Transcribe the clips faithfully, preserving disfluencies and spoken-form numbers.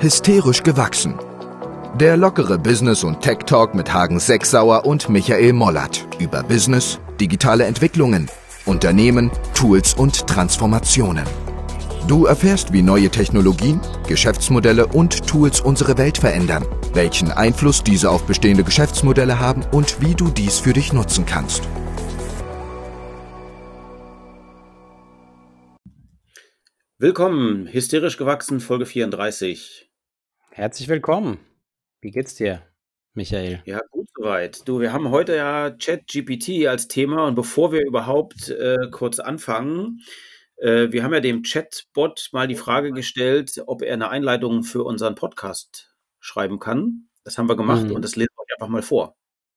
Hysterisch gewachsen. Der lockere Business- und Tech-Talk mit Hagen Sechsauer und Michael Mollert über Business, digitale Entwicklungen, Unternehmen, Tools und Transformationen. Du erfährst, wie neue Technologien, Geschäftsmodelle und Tools unsere Welt verändern, welchen Einfluss diese auf bestehende Geschäftsmodelle haben und wie du dies für dich nutzen kannst. Willkommen, hysterisch gewachsen, Folge vierunddreißig. Herzlich willkommen. Wie geht's dir, Michael? Ja, gut soweit. Du, wir haben heute ja ChatGPT als Thema und bevor wir überhaupt äh, kurz anfangen, äh, wir haben ja dem Chatbot mal die Frage gestellt, ob er eine Einleitung für unseren Podcast schreiben kann. Das haben wir gemacht Mhm. und das lesen wir euch einfach mal vor.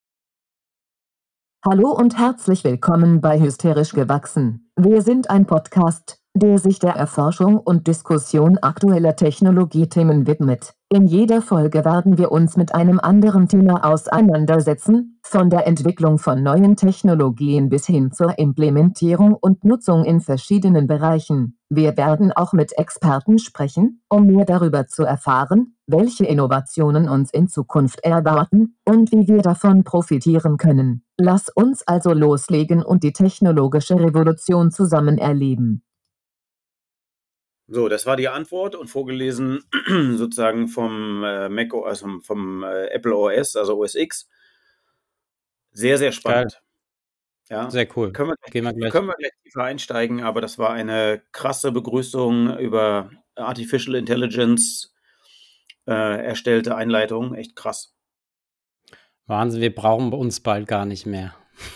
Hallo und herzlich willkommen bei Hysterisch gewachsen. Wir sind ein Podcast, der sich der Erforschung und Diskussion aktueller Technologiethemen widmet. In jeder Folge werden wir uns mit einem anderen Thema auseinandersetzen, von der Entwicklung von neuen Technologien bis hin zur Implementierung und Nutzung in verschiedenen Bereichen. Wir werden auch mit Experten sprechen, um mehr darüber zu erfahren, welche Innovationen uns in Zukunft erwarten und wie wir davon profitieren können. Lass uns also loslegen und die technologische Revolution zusammen erleben. So, das war die Antwort und vorgelesen sozusagen vom äh, Mac, O- also vom, vom äh, Apple O S, also O S X. Sehr, sehr spannend. Ja, Sehr cool. können wir, Gehen wir gleich, gleich. können wir gleich tiefer einsteigen, aber das war eine krasse Begrüßung über Artificial Intelligence äh, erstellte Einleitung. Echt krass. Wahnsinn, wir brauchen uns bald gar nicht mehr.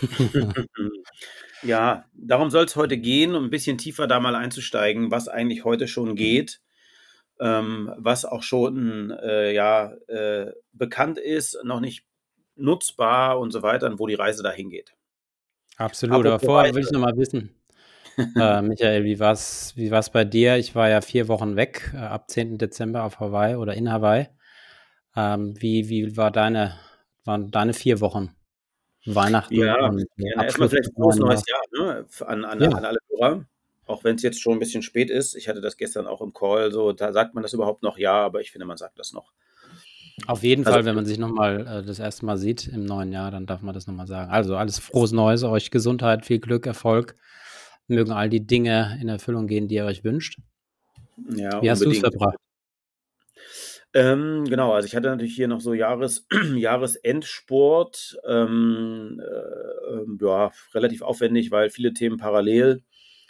Ja, darum soll es heute gehen, um ein bisschen tiefer da mal einzusteigen, was eigentlich heute schon geht, ähm, was auch schon äh, ja, äh, bekannt ist, noch nicht nutzbar und so weiter und wo die Reise dahin geht. Absolut, aber Apropos vorher Reise. will ich noch mal wissen, äh, Michael, wie war's, wie war's bei dir? Ich war ja vier Wochen weg, äh, ab zehnten Dezember auf Hawaii oder in Hawaii. Ähm, wie, wie war deine, waren deine vier Wochen? Weihnachten Ja, und äh, ja, erstmal Abschluss vielleicht des frohes neuen neues Jahres. Jahr, ne? f- An, an, Ja. an alle Hörer. Auch wenn es jetzt schon ein bisschen spät ist. Ich hatte das gestern auch im Call. So, da sagt man das überhaupt noch? Ja, aber ich finde, man sagt das noch. Auf jeden Also- Fall, wenn man sich nochmal äh, das erste Mal sieht im neuen Jahr, dann darf man das nochmal sagen. Also alles frohes Neues, euch Gesundheit, viel Glück, Erfolg. Mögen all die Dinge in Erfüllung gehen, die ihr euch wünscht. Ja, Wie hast du es unbedingt. verbracht? Ähm, genau, also ich hatte natürlich hier noch so Jahres, Jahresendsport. Ähm, äh, ähm, ja, relativ aufwendig, weil viele Themen parallel.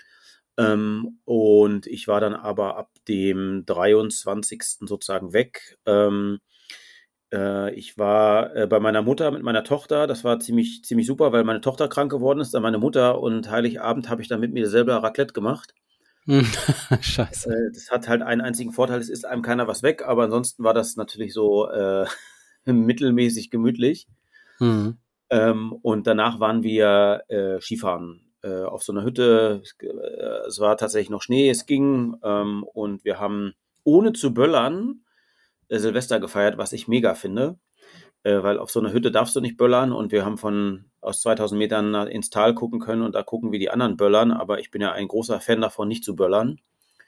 Ähm, und ich war dann aber ab dem dreiundzwanzigsten sozusagen weg. Ähm, äh, ich war äh, bei meiner Mutter mit meiner Tochter. Das war ziemlich, ziemlich super, weil meine Tochter krank geworden ist, dann meine Mutter. Und Heiligabend habe ich dann mit mir selber Raclette gemacht. Scheiße. Äh, das hat halt einen einzigen Vorteil, es isst einem keiner was weg, aber ansonsten war das natürlich so äh, mittelmäßig gemütlich. Mhm. Ähm, und danach waren wir äh, Skifahren äh, auf so einer Hütte. Es, äh, es war tatsächlich noch Schnee, es ging. Ähm, und wir haben ohne zu böllern äh, Silvester gefeiert, was ich mega finde. Äh, weil auf so einer Hütte darfst du nicht böllern und wir haben von aus zweitausend Metern nach- ins Tal gucken können und da gucken, wie die anderen böllern, aber ich bin ja ein großer Fan davon, nicht zu böllern.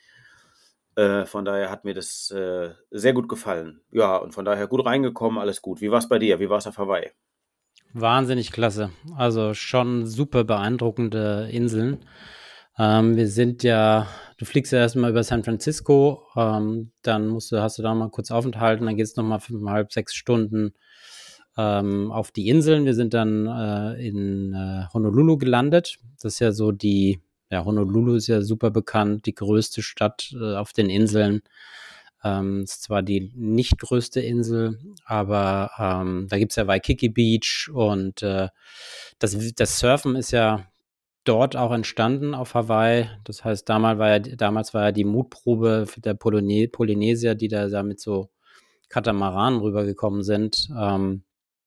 Äh, von daher hat mir das äh, sehr gut gefallen. Ja, und von daher gut reingekommen, alles gut. Wie war es bei dir? Wie war es auf Hawaii? Wahnsinnig klasse. Also schon super beeindruckende Inseln. Ähm, wir sind ja, du fliegst ja erstmal über San Francisco, ähm, dann musst du, hast du da mal kurz Aufenthalt und dann geht es nochmal fünfeinhalb, sechs Stunden ähm, auf die Inseln. Wir sind dann äh, in äh, Honolulu gelandet. Das ist ja so die, ja, Honolulu ist ja super bekannt, die größte Stadt äh, auf den Inseln. Ähm, ist zwar die nicht größte Insel, aber ähm, da gibt es ja Waikiki Beach und äh, das, das Surfen ist ja dort auch entstanden auf Hawaii. Das heißt, damals war ja, damals war ja die Mutprobe für der Polyne Polynesier, die da, da mit so Katamaranen rübergekommen sind, ähm,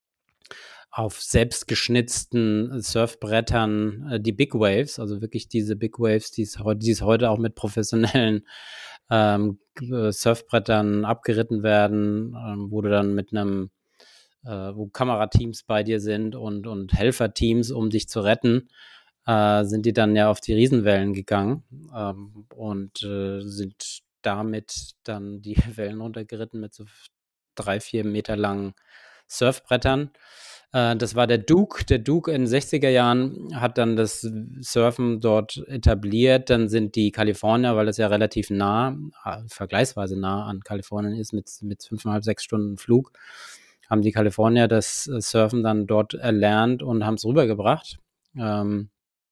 auf selbstgeschnitzten Surfbrettern äh, die Big Waves, also wirklich diese Big Waves, die es heute, die es heute auch mit professionellen ähm, äh, Surfbrettern abgeritten werden, ähm, wo du dann mit einem, äh, wo Kamerateams bei dir sind und, und Helferteams, um dich zu retten, äh, sind die dann ja auf die Riesenwellen gegangen ähm, und äh, sind damit dann die Wellen runtergeritten mit so drei, vier Meter langen Surfbrettern. Äh, das war der Duke. Der Duke in den sechziger Jahren hat dann das Surfen dort etabliert. Dann sind die Kalifornier, weil das ja relativ nah, äh, vergleichsweise nah an Kalifornien ist, mit, mit fünfeinhalb, sechs Stunden Flug, haben die Kalifornier das Surfen dann dort erlernt und haben es rübergebracht. Ähm,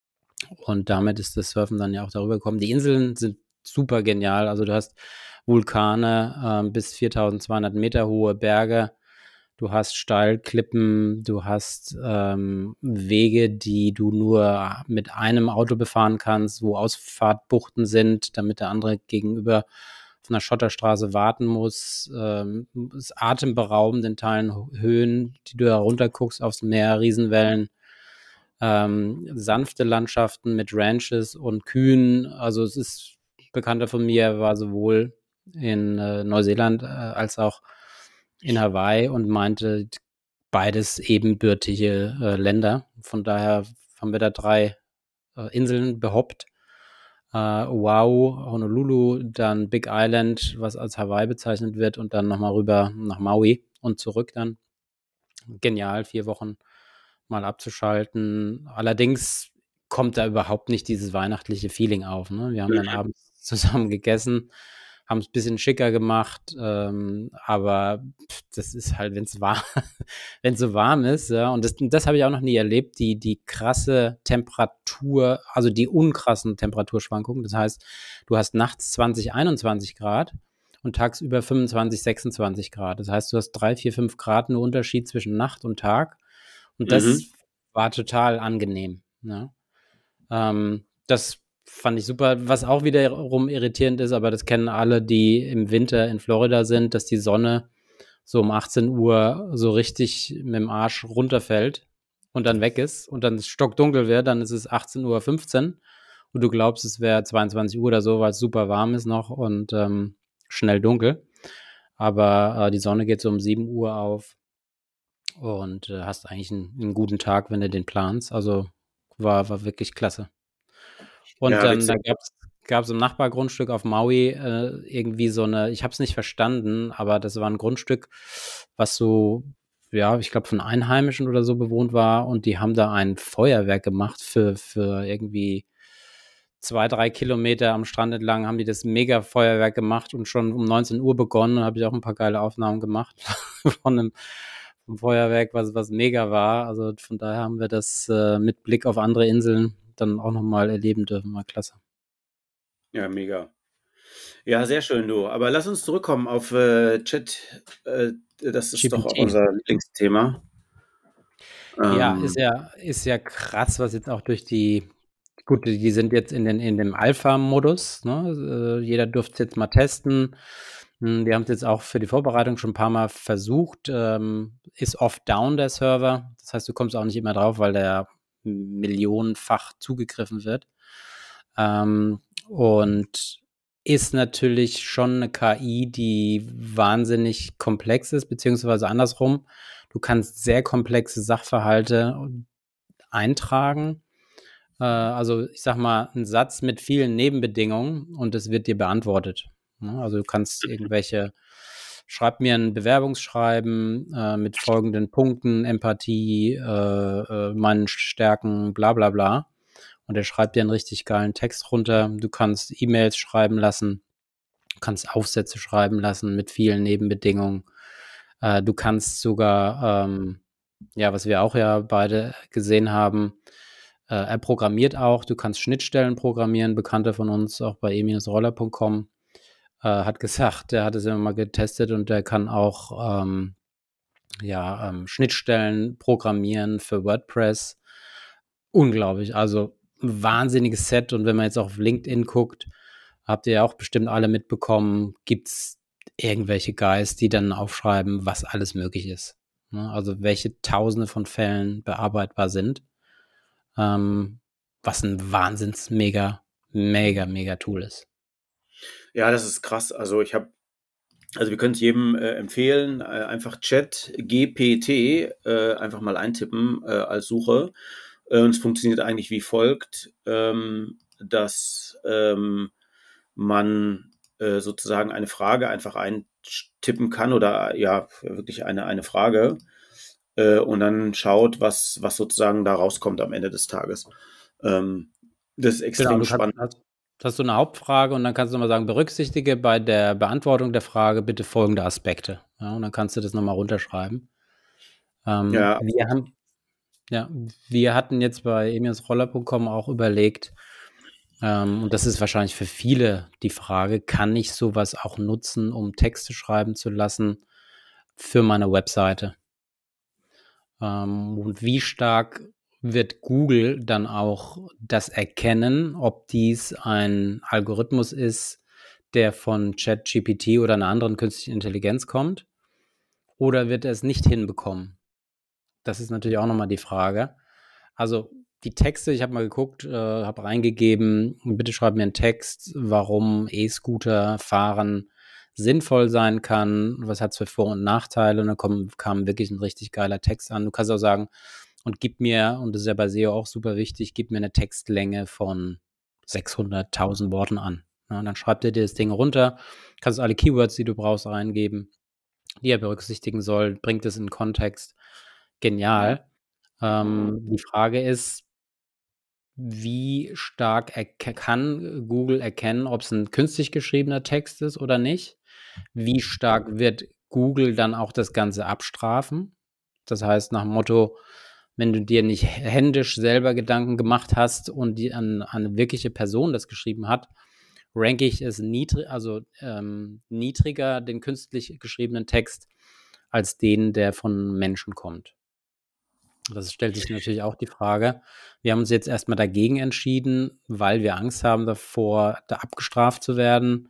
und damit ist das Surfen dann ja auch darüber gekommen. Die Inseln sind super genial. Also du hast Vulkane, äh, bis viertausendzweihundert Meter hohe Berge. Du hast Steilklippen, du hast ähm, Wege, die du nur mit einem Auto befahren kannst, wo Ausfahrtbuchten sind, damit der andere gegenüber auf einer Schotterstraße warten muss. Ähm, es ist atemberaubend in Teilen Höhen, die du da runterguckst aufs Meer, Riesenwellen. Ähm, sanfte Landschaften mit Ranches und Kühen. Also es ist Bekannter von mir, war sowohl in äh, Neuseeland äh, als auch in Hawaii und meinte, beides ebenbürtige äh, Länder. Von daher haben wir da drei äh, Inseln behoppt. Äh, Oahu, Honolulu, dann Big Island, was als Hawaii bezeichnet wird, und dann nochmal rüber nach Maui und zurück dann. Genial, vier Wochen mal abzuschalten. Allerdings kommt da überhaupt nicht dieses weihnachtliche Feeling auf. Ne? Wir haben dann abends zusammen gegessen, haben es ein bisschen schicker gemacht, ähm, aber das ist halt, wenn es warm, wenn es so warm ist, ja, und das, das habe ich auch noch nie erlebt, die, die krasse Temperatur, also die unkrassen Temperaturschwankungen. Das heißt, du hast nachts zwanzig, einundzwanzig Grad und tagsüber fünfundzwanzig, sechsundzwanzig Grad. Das heißt, du hast drei, vier, fünf Grad einen Unterschied zwischen Nacht und Tag. Und das mhm. war total angenehm. Ne? Ähm, das fand ich super. Was auch wiederum irritierend ist, aber das kennen alle, die im Winter in Florida sind, dass die Sonne so um achtzehn Uhr so richtig mit dem Arsch runterfällt und dann weg ist und dann es stockdunkel wird, dann ist es achtzehn Uhr fünfzehn und du glaubst, es wäre zweiundzwanzig Uhr oder so, weil es super warm ist noch und ähm, schnell dunkel. Aber äh, die Sonne geht so um sieben Uhr auf und äh, hast eigentlich einen, einen guten Tag, wenn du den planst. Also war, war wirklich klasse. Und ja, dann da gab es im Nachbargrundstück auf Maui äh, irgendwie so eine, ich habe es nicht verstanden, aber das war ein Grundstück, was so, ja, ich glaube von Einheimischen oder so bewohnt war und die haben da ein Feuerwerk gemacht für, für irgendwie zwei, drei Kilometer am Strand entlang, haben die das Mega-Feuerwerk gemacht und schon um neunzehn Uhr begonnen. Da habe ich auch ein paar geile Aufnahmen gemacht von einem vom Feuerwerk, was, was mega war. Also von daher haben wir das äh, mit Blick auf andere Inseln dann auch nochmal erleben dürfen. War klasse. Ja, mega. Ja, sehr schön, du. Aber lass uns zurückkommen auf äh, Chat. Äh, das ist G P T. Doch auch unser Lieblingsthema. Ja, ähm, ist ja, ist ja krass, was jetzt auch durch die, gut, die sind jetzt in, den, in dem Alpha-Modus. Ne? Äh, jeder durfte es jetzt mal testen. Wir haben es jetzt auch für die Vorbereitung schon ein paar Mal versucht. Ähm, ist oft down, der Server. Das heißt, du kommst auch nicht immer drauf, weil der millionenfach zugegriffen wird. Ähm, und ist natürlich schon eine K I, die wahnsinnig komplex ist, beziehungsweise andersrum. Du kannst sehr komplexe Sachverhalte eintragen. Äh, also ich sag mal, ein Satz mit vielen Nebenbedingungen und es wird dir beantwortet. Also du kannst irgendwelche, schreib mir ein Bewerbungsschreiben äh, mit folgenden Punkten, Empathie, äh, äh, meinen Stärken, bla bla bla. Und er schreibt dir einen richtig geilen Text runter. Du kannst E-Mails schreiben lassen, du kannst Aufsätze schreiben lassen mit vielen Nebenbedingungen. Äh, du kannst sogar, ähm, ja, was wir auch ja beide gesehen haben, äh, er programmiert auch. Du kannst Schnittstellen programmieren, Bekannte von uns, auch bei e roller punkt com. hat gesagt, der hat es immer mal getestet und der kann auch ähm, ja, ähm, Schnittstellen programmieren für WordPress. Unglaublich, also ein wahnsinniges Set. Und wenn man jetzt auf LinkedIn guckt, habt ihr ja auch bestimmt alle mitbekommen, gibt es irgendwelche Guys, die dann aufschreiben, was alles möglich ist. Ne? Also welche Tausende von Fällen bearbeitbar sind. Ähm, was ein wahnsinns mega, mega, mega Tool ist. Ja, das ist krass. Also ich habe, also wir können es jedem äh, empfehlen, äh, einfach Chat G P T äh, einfach mal eintippen äh, als Suche. Äh, und es funktioniert eigentlich wie folgt, ähm, dass ähm, man äh, sozusagen eine Frage einfach eintippen kann oder ja, wirklich eine, eine Frage äh, und dann schaut, was, was sozusagen da rauskommt am Ende des Tages. Ähm, das ist extrem Genau, du kannst, spannend. hast, hast du eine Hauptfrage und dann kannst du nochmal sagen, berücksichtige bei der Beantwortung der Frage bitte folgende Aspekte. Ja, und dann kannst du das nochmal runterschreiben. Ähm, Ja, wir haben, ja, wir hatten jetzt bei emiasroller punkt com auch überlegt, ähm, und das ist wahrscheinlich für viele die Frage, kann ich sowas auch nutzen, um Texte schreiben zu lassen für meine Webseite? Ähm, und wie stark wird Google dann auch das erkennen, ob dies ein Algorithmus ist, der von ChatGPT oder einer anderen künstlichen Intelligenz kommt, oder wird er es nicht hinbekommen? Das ist natürlich auch nochmal die Frage. Also die Texte, ich habe mal geguckt, äh, habe reingegeben, bitte schreib mir einen Text, warum E-Scooter fahren sinnvoll sein kann, was hat es für Vor- und Nachteile, und dann kommt, kam wirklich ein richtig geiler Text an. Du kannst auch sagen, und gib mir, und das ist ja bei S E O auch super wichtig, gib mir eine Textlänge von sechshunderttausend Worten an. Ja, und dann schreibt er dir das Ding runter, kannst alle Keywords, die du brauchst, eingeben, die er berücksichtigen soll, bringt es in Kontext. Genial. Ähm, die Frage ist, wie stark erke- kann Google erkennen, ob es ein künstlich geschriebener Text ist oder nicht? Wie stark wird Google dann auch das Ganze abstrafen? Das heißt, nach dem Motto, wenn du dir nicht händisch selber Gedanken gemacht hast und die an, an eine wirkliche Person das geschrieben hat, ranke ich es niedrig, also ähm, niedriger, den künstlich geschriebenen Text, als den, der von Menschen kommt. Das stellt sich natürlich auch die Frage. Wir haben uns jetzt erstmal dagegen entschieden, weil wir Angst haben davor, da abgestraft zu werden.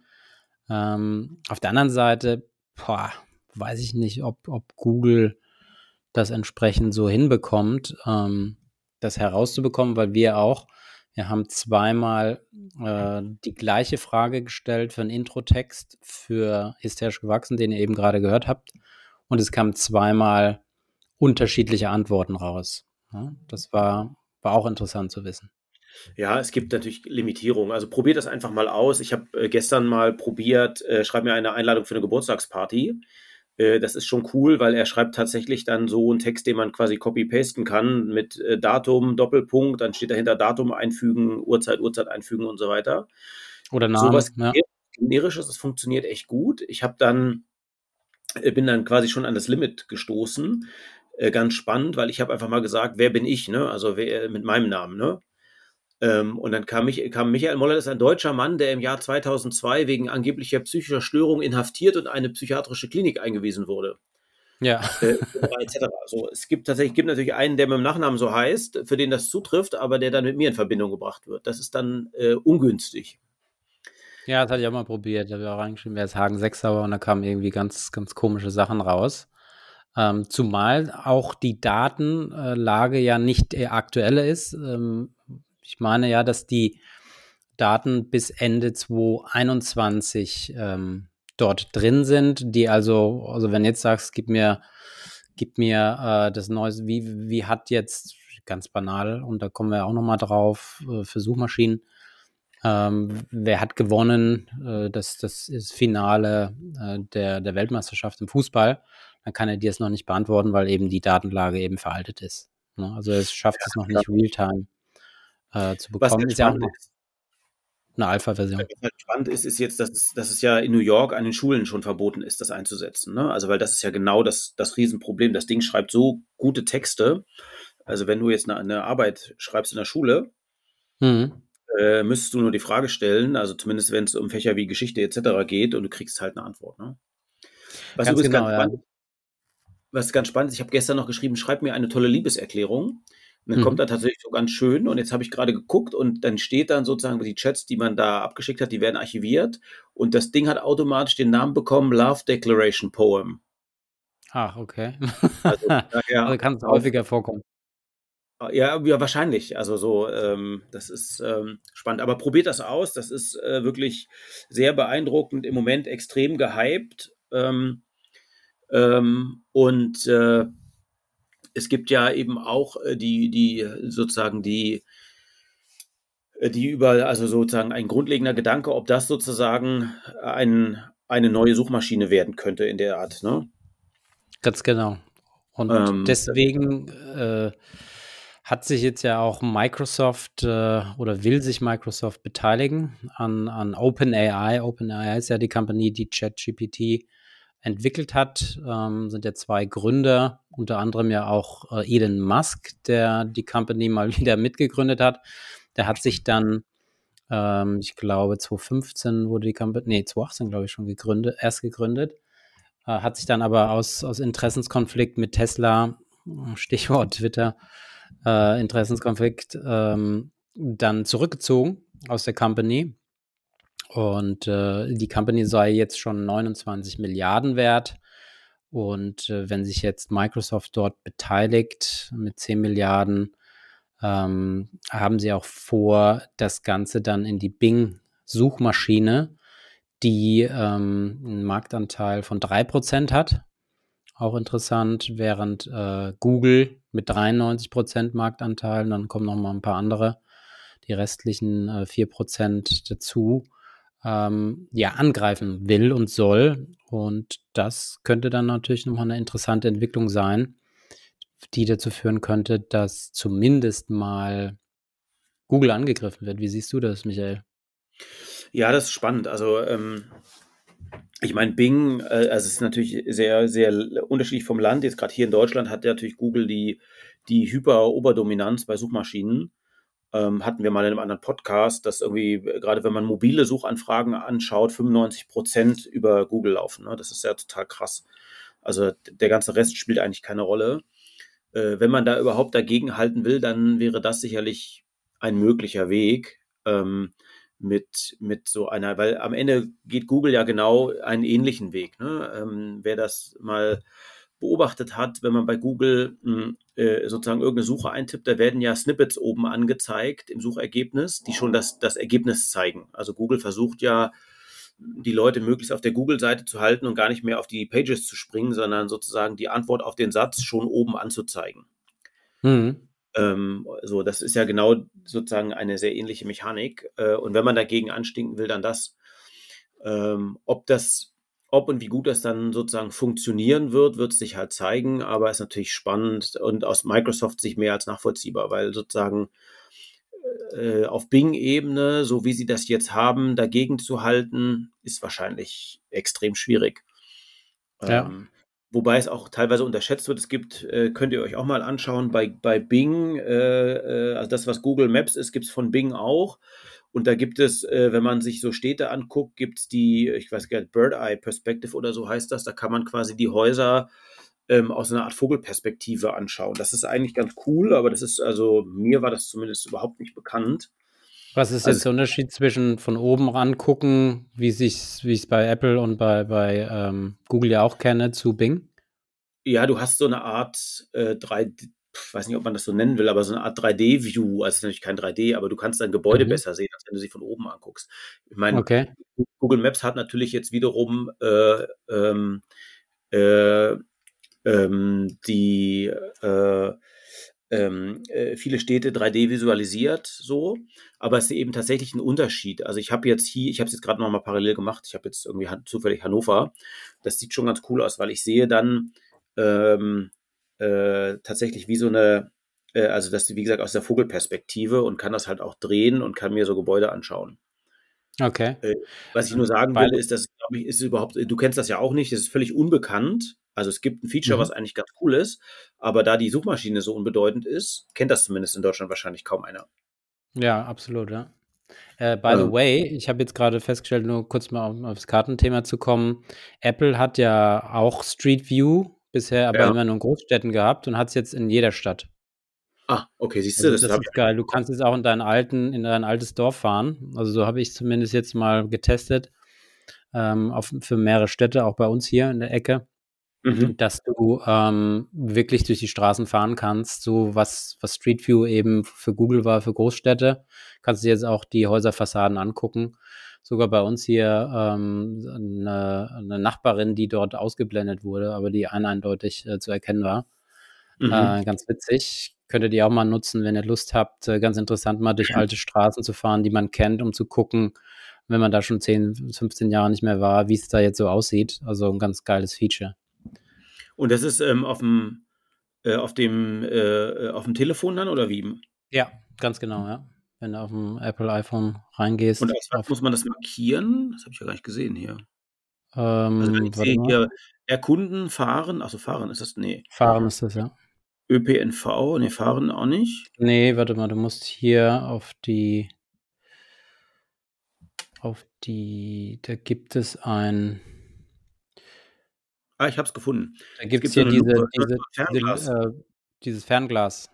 Ähm, auf der anderen Seite, boah, weiß ich nicht, ob, ob Google das entsprechend so hinbekommt, ähm, das herauszubekommen, weil wir auch, wir haben zweimal äh, die gleiche Frage gestellt für einen Introtext für Hysterisch gewachsen, den ihr eben gerade gehört habt. Und es kamen zweimal unterschiedliche Antworten raus. Ja, das war, war auch interessant zu wissen. Ja, es gibt natürlich Limitierungen. Also probiert das einfach mal aus. Ich habe äh, gestern mal probiert, äh, schreib mir eine Einladung für eine Geburtstagsparty. Äh, das ist schon cool, weil er schreibt tatsächlich dann so einen Text, den man quasi copy-pasten kann mit äh, Datum, Doppelpunkt, dann steht dahinter Datum einfügen, Uhrzeit, Uhrzeit einfügen und so weiter. Oder Namen, Sowas ja. Generisches, das funktioniert echt gut. Ich habe dann, äh, bin dann quasi schon an das Limit gestoßen. Äh, ganz spannend, weil ich habe einfach mal gesagt, wer bin ich, ne? Also wer, mit meinem Namen, ne? Ähm, und dann kam, mich, kam Michael Moller, das ist ein deutscher Mann, der im Jahr zweitausendzwei wegen angeblicher psychischer Störung inhaftiert und in eine psychiatrische Klinik eingewiesen wurde. Ja. Äh, et cetera, et cetera. Also es gibt tatsächlich gibt natürlich einen, der mit dem Nachnamen so heißt, für den das zutrifft, aber der dann mit mir in Verbindung gebracht wird. Das ist dann äh, ungünstig. Ja, das hatte ich auch mal probiert. Da habe ich auch reingeschrieben, wer ist Hagen Sechsauer, und da kamen irgendwie ganz, ganz komische Sachen raus. Ähm, zumal auch die Datenlage ja nicht die aktuelle ist. Ähm, ich meine ja, dass die Daten bis Ende zwanzig einundzwanzig ähm, dort drin sind, die also, also wenn jetzt sagst, gib mir, gib mir äh, das Neueste, wie, wie hat jetzt, ganz banal, und da kommen wir auch nochmal drauf, äh, für Suchmaschinen, ähm, wer hat gewonnen, äh, das, das ist Finale äh, der, der Weltmeisterschaft im Fußball, dann kann er dir es noch nicht beantworten, weil eben die Datenlage eben veraltet ist. Ne? Also es schafft es noch Klar. nicht real-time äh, zu Was bekommen. halt Ist ja auch spannend noch ist, eine Alpha-Version. was halt spannend ist, ist jetzt, dass es, dass es ja in New York an den Schulen schon verboten ist, das einzusetzen. Ne? Also weil das ist ja genau das, das Riesenproblem. Das Ding schreibt so gute Texte. Also wenn du jetzt eine, eine Arbeit schreibst in der Schule, Mhm. äh, müsstest du nur die Frage stellen, also zumindest wenn es um Fächer wie Geschichte et cetera geht und du kriegst halt eine Antwort. Ne? Was Ganz übrigens genau, ganz ja. spannend, was ganz spannend ist, ich habe gestern noch geschrieben, schreib mir eine tolle Liebeserklärung. Und dann kommt Mhm. da tatsächlich so ganz schön. Und jetzt habe ich gerade geguckt und dann steht dann sozusagen die Chats, die man da abgeschickt hat, die werden archiviert. Und das Ding hat automatisch den Namen bekommen, Love Declaration Poem. Ach, okay. Also daher Also kann es auf, häufiger vorkommen. ja, ja, wahrscheinlich. Also so, ähm, das ist ähm, spannend. Aber probiert das aus. Das ist äh, wirklich sehr beeindruckend. Im Moment extrem gehypt. Ähm, ähm, und äh, es gibt ja eben auch äh, die, die sozusagen die die über, also sozusagen ein grundlegender Gedanke, ob das sozusagen ein, eine neue Suchmaschine werden könnte in der Art, ne? Ganz genau. Und Ähm, deswegen äh, hat sich jetzt ja auch Microsoft äh, oder will sich Microsoft beteiligen an, an OpenAI. OpenAI ist ja die Company, die ChatGPT entwickelt hat. Ähm, sind ja zwei Gründer, unter anderem ja auch äh, Elon Musk, der die Company mal wieder mitgegründet hat. Der hat sich dann, ähm, ich glaube, zwanzig fünfzehn wurde die Company, nee, zwanzig achtzehn glaube ich schon gegründet, erst gegründet. Äh, hat sich dann aber aus, aus Interessenskonflikt mit Tesla, Stichwort Twitter, äh, Interessenskonflikt, ähm, dann zurückgezogen aus der Company. Und äh, die Company sei jetzt schon neunundzwanzig Milliarden wert. Und äh, wenn sich jetzt Microsoft dort beteiligt mit zehn Milliarden, ähm, haben sie auch vor, das Ganze dann in die Bing-Suchmaschine, die ähm, einen Marktanteil von drei Prozent hat. Auch interessant, während äh, Google mit dreiundneunzig Prozent Marktanteil, dann kommen noch mal ein paar andere, die restlichen äh, vier Prozent dazu, ähm, ja, angreifen will und soll. Und das könnte dann natürlich nochmal eine interessante Entwicklung sein, die dazu führen könnte, dass zumindest mal Google angegriffen wird. Wie siehst du das, Michael? Ja, das ist spannend. Also ähm, ich meine, Bing, äh, also es ist natürlich sehr, sehr unterschiedlich vom Land. Jetzt gerade hier in Deutschland hat ja natürlich Google die, die Hyper-Oberdominanz bei Suchmaschinen. Ähm, hatten wir mal in einem anderen Podcast, dass irgendwie, äh, gerade wenn man mobile Suchanfragen anschaut, fünfundneunzig Prozent über Google laufen. Ne? Das ist ja total krass. Also der ganze Rest spielt eigentlich keine Rolle. Äh, wenn man da überhaupt dagegen halten will, dann wäre das sicherlich ein möglicher Weg. Ähm, mit, mit so einer, weil am Ende geht Google ja genau einen ähnlichen Weg. Ne? Ähm, wer das mal beobachtet hat, wenn man bei Google mh, äh, sozusagen irgendeine Suche eintippt, da werden ja Snippets oben angezeigt im Suchergebnis, die schon das, das Ergebnis zeigen. Also Google versucht ja, die Leute möglichst auf der Google-Seite zu halten und gar nicht mehr auf die Pages zu springen, sondern sozusagen die Antwort auf den Satz schon oben anzuzeigen. Mhm. Ähm, so, das ist ja genau sozusagen eine sehr ähnliche Mechanik. Äh, und wenn man dagegen anstinken will, dann das. Ähm, ob das, ob und wie gut das dann sozusagen funktionieren wird, wird sich halt zeigen, aber ist natürlich spannend und aus Microsoft sich mehr als nachvollziehbar, weil sozusagen äh, auf Bing-Ebene, so wie sie das jetzt haben, dagegen zu halten, ist wahrscheinlich extrem schwierig. Ja. Ähm, Wobei es auch teilweise unterschätzt wird. Es gibt, äh, könnt ihr euch auch mal anschauen, bei, bei Bing, äh, äh, also das, was Google Maps ist, gibt es von Bing auch. Und da gibt es, äh, wenn man sich so Städte anguckt, gibt es die, ich weiß gar nicht, Bird Eye Perspective oder so heißt das. Da kann man quasi die Häuser ähm, aus einer Art Vogelperspektive anschauen. Das ist eigentlich ganz cool, aber das ist, also mir war das zumindest überhaupt nicht bekannt. Was ist Also jetzt der Unterschied zwischen von oben rangucken, wie ich es bei Apple und bei, bei ähm, Google ja auch kenne, zu Bing? ja, du hast so eine Art äh, drei D, ich weiß nicht, ob man das so nennen will, aber so eine Art drei D-View. Also es ist natürlich kein drei D, aber du kannst dein Gebäude Mhm. besser sehen, als wenn du sie von oben anguckst. Ich meine, Okay. Google Maps hat natürlich jetzt wiederum äh, ähm, äh, ähm, die äh, ähm, äh, viele Städte drei D visualisiert, so, aber es ist eben tatsächlich ein Unterschied. Also ich habe jetzt hier, ich habe es jetzt gerade noch mal parallel gemacht. Ich habe jetzt irgendwie han- zufällig Hannover. Das sieht schon ganz cool aus, weil ich sehe dann ähm, äh, tatsächlich wie so eine, äh, also das, wie gesagt, aus der Vogelperspektive und kann das halt auch drehen und kann mir so Gebäude anschauen. Okay. Äh, Was ich nur sagen By will, the, ist, dass, glaube ich, ist überhaupt, du kennst das ja auch nicht, das ist völlig unbekannt. Also es gibt ein Feature, mhm. was eigentlich ganz cool ist, aber da die Suchmaschine so unbedeutend ist, kennt das zumindest in Deutschland wahrscheinlich kaum einer. Ja, absolut, ja. Äh, by the Ähm, way, ich habe jetzt gerade festgestellt, nur kurz mal auf, aufs Kartenthema zu kommen. Apple hat ja auch Street View bisher aber ja. immer nur in Großstädten gehabt und hat es jetzt in jeder Stadt. Ah, okay, siehst du, Also das das habe ich. ist geil. Du kannst jetzt auch in deinen alten, in dein altes Dorf fahren. Also so habe ich zumindest jetzt mal getestet, ähm, auf, für mehrere Städte, auch bei uns hier in der Ecke, Mhm. dass du ähm, wirklich durch die Straßen fahren kannst, so was, was Street View eben für Google war, für Großstädte. Kannst du dir jetzt auch die Häuserfassaden angucken. Sogar bei uns hier ähm, eine, eine Nachbarin, die dort ausgeblendet wurde, aber die ein eindeutig äh, zu erkennen war. Mhm. Äh, ganz witzig. Könntet ihr auch mal nutzen, wenn ihr Lust habt. Äh, ganz interessant, mal durch alte Straßen zu fahren, die man kennt, um zu gucken, wenn man da schon zehn, fünfzehn Jahre nicht mehr war, wie es da jetzt so aussieht. Also ein ganz geiles Feature. Und das ist ähm, auf dem äh, auf dem äh, auf dem Telefon dann oder wie? Ja, ganz genau, ja. Wenn du auf dem Apple iPhone reingehst. Und als was auf, muss man das markieren? Das habe ich ja gar nicht gesehen hier. ähm, Also wenn ich warte sehe mal. hier erkunden, fahren, also fahren ist das, nee. Fahren ist das, ja. ÖPNV, nee, fahren auch nicht. Nee, warte mal, du musst hier auf die, auf die, da gibt es ein, Ah, ich habe es gefunden. da Es gibt es gibt so hier eine diese, Lupe, so diese, ein Fernglas. diese, äh, dieses Fernglas.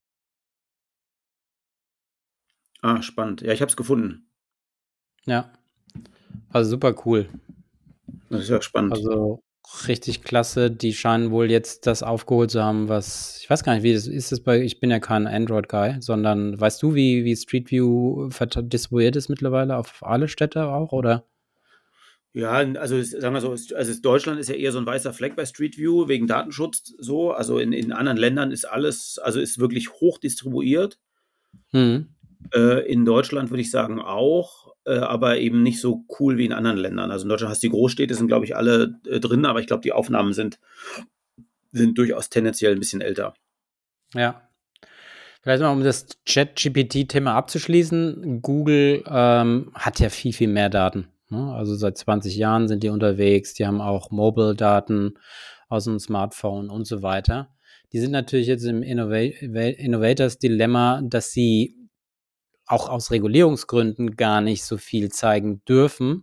Ah, spannend. Ja, ich habe es gefunden. Ja, also super cool. Das ist ja spannend. Also richtig klasse. Die scheinen wohl jetzt das aufgeholt zu haben, was, ich weiß gar nicht, wie das ist. Das bei, ich bin ja kein Android-Guy, sondern weißt du, wie, wie Street View vert- distribuiert ist mittlerweile auf alle Städte auch, oder? Ja, also es, sagen wir so, es, also es, Deutschland ist ja eher so ein weißer Fleck bei Street View wegen Datenschutz so. Also in, in anderen Ländern ist alles, also ist wirklich hoch distribuiert. Mhm. Äh, in Deutschland würde ich sagen auch, äh, aber eben nicht so cool wie in anderen Ländern. Also in Deutschland hast du die Großstädte, sind glaube ich alle äh, drin, aber ich glaube die Aufnahmen sind, sind durchaus tendenziell ein bisschen älter. Ja. Vielleicht mal, um das Chat-G P T-Thema abzuschließen. Google ähm, hat ja viel, viel mehr Daten. Ne? Also seit zwanzig Jahren sind die unterwegs. Die haben auch Mobile-Daten aus dem Smartphone und so weiter. Die sind natürlich jetzt im Innova Innovators-Dilemma, dass sie auch aus Regulierungsgründen gar nicht so viel zeigen dürfen,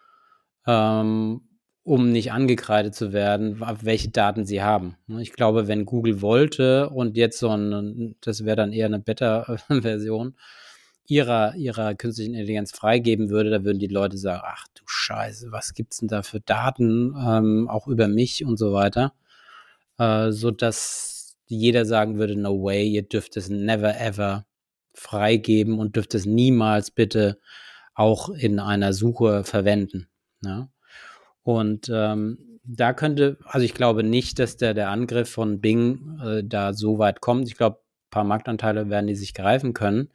ähm, um nicht angekreidet zu werden, welche Daten sie haben. Ich glaube, wenn Google wollte und jetzt so ein, das wäre dann eher eine Beta-Version, ihrer, ihrer künstlichen Intelligenz freigeben würde, da würden die Leute sagen, ach du Scheiße, was gibt's denn da für Daten, ähm, auch über mich und so weiter, äh, sodass jeder sagen würde, no way, ihr dürft es never ever freigeben und dürft es niemals bitte auch in einer Suche verwenden. Ja? Und ähm, da könnte, also ich glaube nicht, dass der, der Angriff von Bing äh, da so weit kommt. Ich glaube, ein paar Marktanteile werden die sich greifen können.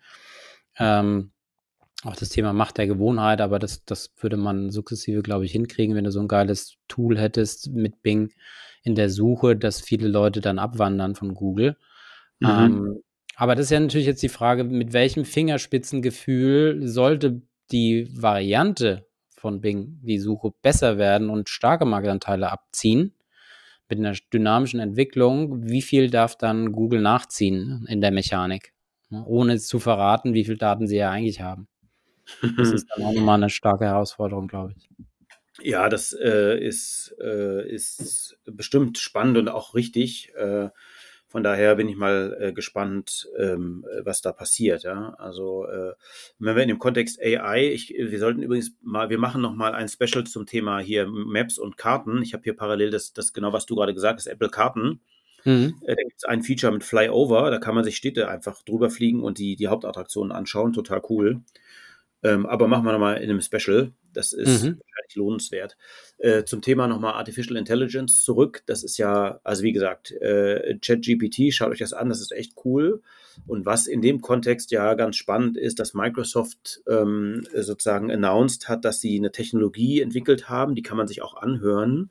Ähm, auch das Thema Macht der Gewohnheit, aber das, das würde man sukzessive, glaube ich, hinkriegen, wenn du so ein geiles Tool hättest mit Bing in der Suche, dass viele Leute dann abwandern von Google. Mhm. Ähm, aber das ist ja natürlich jetzt die Frage, mit welchem Fingerspitzengefühl sollte die Variante von Bing, die Suche, besser werden und starke Marktanteile abziehen mit einer dynamischen Entwicklung? Wie viel darf dann Google nachziehen in der Mechanik, ohne es zu verraten, wie viele Daten sie ja eigentlich haben? Das ist dann auch nochmal eine starke Herausforderung, glaube ich. Ja, das äh, ist, äh, ist bestimmt spannend und auch richtig. Äh, von daher bin ich mal äh, gespannt, ähm, was da passiert. Ja? Also äh, wenn wir in dem Kontext A I, ich, wir sollten übrigens mal, wir machen noch mal ein Special zum Thema hier Maps und Karten. Ich habe hier parallel das, das genau, was du gerade gesagt hast, Apple Karten. Mhm. Äh, da gibt es ein Feature mit Flyover, da kann man sich Städte einfach drüber fliegen und die, die Hauptattraktionen anschauen. Total cool. Ähm, aber machen wir nochmal in einem Special. Das ist Mhm. wahrscheinlich lohnenswert. Äh, zum Thema nochmal Artificial Intelligence zurück. Das ist ja, also wie gesagt, äh, ChatGPT, schaut euch das an, das ist echt cool. Und was in dem Kontext ja ganz spannend ist, dass Microsoft ähm, sozusagen announced hat, dass sie eine Technologie entwickelt haben, die kann man sich auch anhören,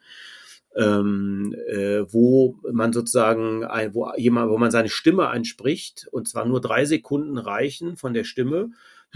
ähm, äh, wo man sozusagen, ein, wo jemand, wo man seine Stimme einspricht, und zwar nur drei Sekunden reichen von der Stimme,